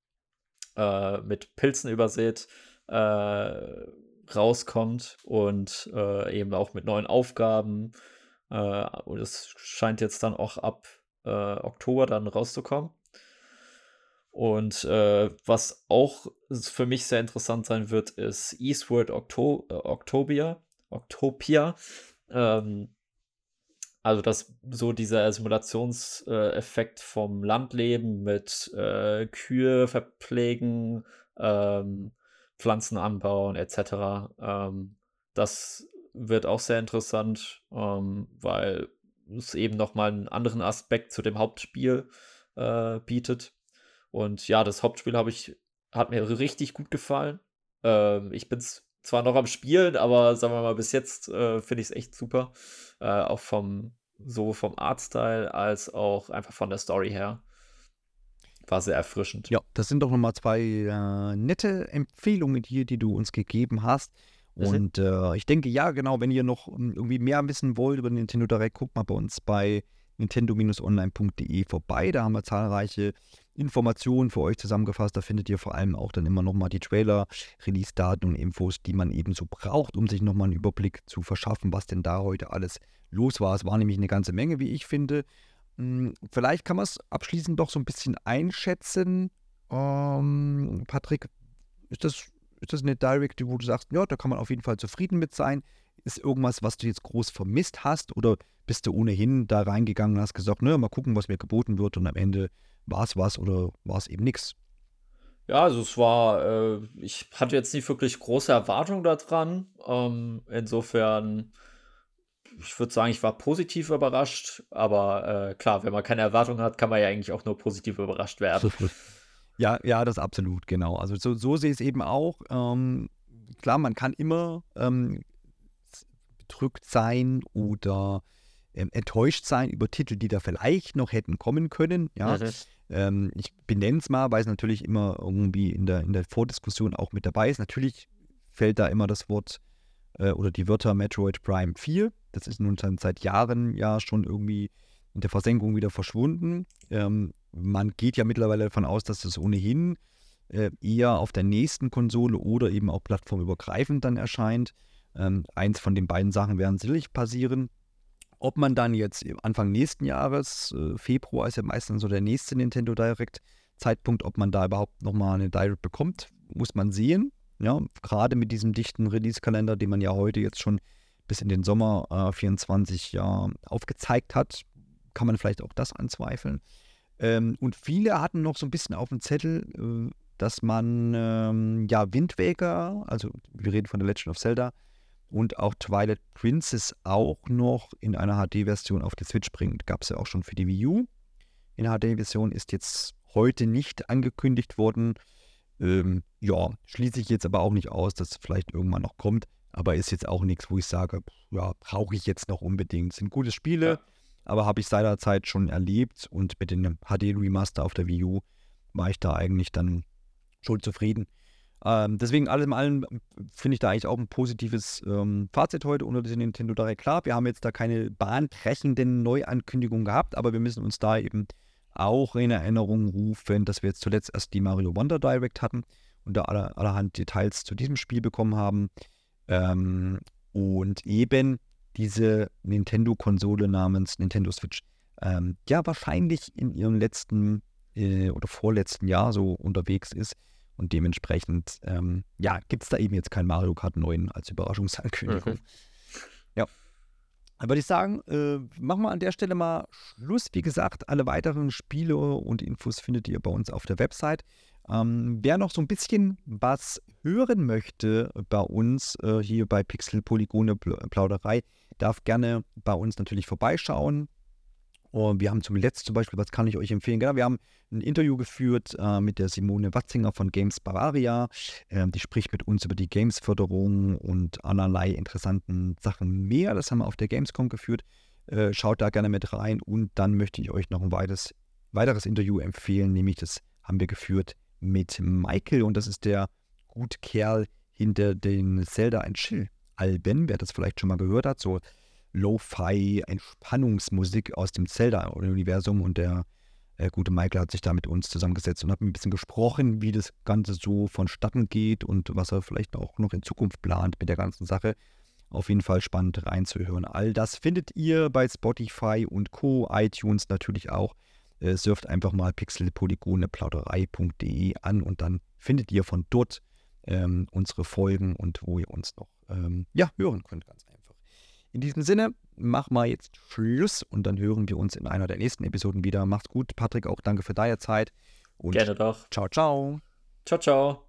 äh, mit Pilzen übersät äh, rauskommt und äh, eben auch mit neuen Aufgaben. Äh, und es scheint jetzt dann auch ab äh, Oktober dann rauszukommen. Und äh, was auch für mich sehr interessant sein wird, ist Eastward Octo äh, Octobia. Octopia. Ähm, also das so dieser Simulationseffekt äh, Effekt vom Landleben mit äh, Kühe verpflegen, ähm, Pflanzen anbauen et cetera. Ähm, das wird auch sehr interessant, ähm, weil es eben noch mal 'n anderen Aspekt zu dem Hauptspiel äh, bietet. Und ja, das Hauptspiel habe ich hat mir richtig gut gefallen. Ähm, ich bin zwar noch am Spielen, aber sagen wir mal, bis jetzt äh, finde ich es echt super. Äh, auch vom sowohl vom Artstyle als auch einfach von der Story her. War sehr erfrischend. Ja, das sind doch noch mal zwei äh, nette Empfehlungen hier, die du uns gegeben hast. Mhm. Und, äh, ich denke, ja, genau, wenn ihr noch, hm, irgendwie mehr wissen wollt über Nintendo Direct, guckt mal bei uns bei nintendo online punkt de vorbei. Da haben wir zahlreiche Informationen für euch zusammengefasst. Da findet ihr vor allem auch dann immer noch mal die Trailer, Release-Daten und Infos, die man eben so braucht, um sich noch mal 'n Überblick zu verschaffen, was denn da heute alles los war. Es war nämlich eine ganze Menge, wie ich finde. Hm, vielleicht kann man es abschließend doch so ein bisschen einschätzen. Ähm, Patrick, ist das ist das 'ne Direct, wo du sagst: „Ja, da kann man auf jeden Fall zufrieden mit sein?“ Ist irgendwas, was du jetzt groß vermisst hast, oder bist du ohnehin da reingegangen und hast gesagt: „Na ja, mal gucken, was mir geboten wird“, und am Ende war es was oder war es eben nix? Ja, also es war äh, ich hatte jetzt nicht wirklich große Erwartungen da dran. Ähm, insofern, ich würde sagen, ich war positiv überrascht, aber äh, klar, wenn man keine Erwartungen hat, kann man ja eigentlich auch nur positiv überrascht werden. Ja, ja, das absolut, genau. Also, so so sehe ich's eben auch. Ähm, klar, man kann immer, ähm, s bedrückt sein oder, ähm, enttäuscht sein über Titel, die da vielleicht noch hätten kommen können, ja. Mhm. Ähm, ich benenne es mal, weil es natürlich immer irgendwie in der in der Vordiskussion auch mit dabei ist. Natürlich fällt da immer das Wort, äh, oder die Wörter Metroid Prime vier. Das ist nun schon seit Jahren ja schon irgendwie in der Versenkung wieder verschwunden. Ähm, man geht ja mittlerweile davon aus, dass das ohnehin äh, eher auf der nächsten Konsole oder eben auch plattformübergreifend dann erscheint. Ähm, eins von den beiden Sachen werden sicherlich passieren. Ob man dann jetzt Anfang nächsten Jahres, äh, Februar ist ja meistens so der nächste Nintendo Direct-Zeitpunkt, ob man da überhaupt nochmal eine Direct bekommt, muss man sehen. Ja, gerade mit diesem dichten Release-Kalender, den man ja heute jetzt schon bis in den Sommer äh, vierundzwanzig ja aufgezeigt hat, kann man vielleicht auch das anzweifeln. Ähm, und viele hatten noch so ein bisschen auf dem Zettel, äh, dass man ähm, ja Wind Waker, also wir reden von The Legend of Zelda, und auch Twilight Princess auch noch in einer H D-Version auf die Switch bringt. Gab es ja auch schon für die Wii U. In H D-Version ist jetzt heute nicht angekündigt worden. Ähm, ja, schließe ich jetzt aber auch nicht aus, dass es vielleicht irgendwann noch kommt. Aber ist jetzt auch nichts, wo ich sage, ja, brauche ich jetzt noch unbedingt. Sind gute Spiele, Ja. aber habe ich seinerzeit schon erlebt. Und mit dem H D-Remaster auf der Wii U war ich da eigentlich dann schon zufrieden. Ähm, deswegen alles in allem finde ich da eigentlich auch ein positives ähm, Fazit heute unter diesem Nintendo Direct. Klar, wir haben jetzt da keine bahnbrechenden Neuankündigungen gehabt, aber wir müssen uns da eben auch in Erinnerung rufen, dass wir jetzt zuletzt erst die Mario Wonder Direct hatten und da aller, allerhand Details zu diesem Spiel bekommen haben. Ähm, und eben diese Nintendo-Konsole namens Nintendo Switch ähm, ja wahrscheinlich in ihrem letzten äh, oder vorletzten Jahr so unterwegs ist. Und dementsprechend, ähm, ja, gibt es da eben jetzt kein Mario Kart neun als Überraschungsankündigung. Mhm. Ja. Dann würde ich sagen, äh, machen wir an der Stelle mal Schluss. Wie gesagt, alle weiteren Spiele und Infos findet ihr bei uns auf der Website. Ähm, wer noch so ein bisschen was hören möchte bei uns äh, hier bei Pixel Polygone Plauderei, darf gerne bei uns natürlich vorbeischauen. Und wir haben zum letzten zum Beispiel, was kann ich euch empfehlen? Genau, wir haben ein Interview geführt äh, mit der Simone Watzinger von Games Bavaria. Ähm, die spricht mit uns über die Games-Förderung und allerlei interessanten Sachen mehr. Das haben wir auf der Gamescom geführt. Äh, schaut da gerne mit rein. Und dann möchte ich euch noch ein weiteres, weiteres Interview empfehlen, nämlich das haben wir geführt mit Michael. Und das ist der gute Kerl hinter den Zelda and Chill Alben. Wer das vielleicht schon mal gehört hat, so Lo-Fi, Entspannungsmusik aus dem Zelda-Universum, und der äh, gute Michael hat sich da mit uns zusammengesetzt und hat ein bisschen gesprochen, wie das Ganze so vonstatten geht und was er vielleicht auch noch in Zukunft plant mit der ganzen Sache. Auf jeden Fall spannend reinzuhören. All das findet ihr bei Spotify und Co., iTunes natürlich auch. Äh, surft einfach mal pixelpolygoneplauderei punkt de an und dann findet ihr von dort ähm, unsere Folgen und wo ihr uns noch ähm, ja, hören könnt, ganz einfach. In diesem Sinne, mach mal jetzt Schluss und dann hören wir uns in einer der nächsten Episoden wieder. Macht's gut, Patrick, auch danke für deine Zeit und Gerne doch. ciao, ciao. Ciao, ciao.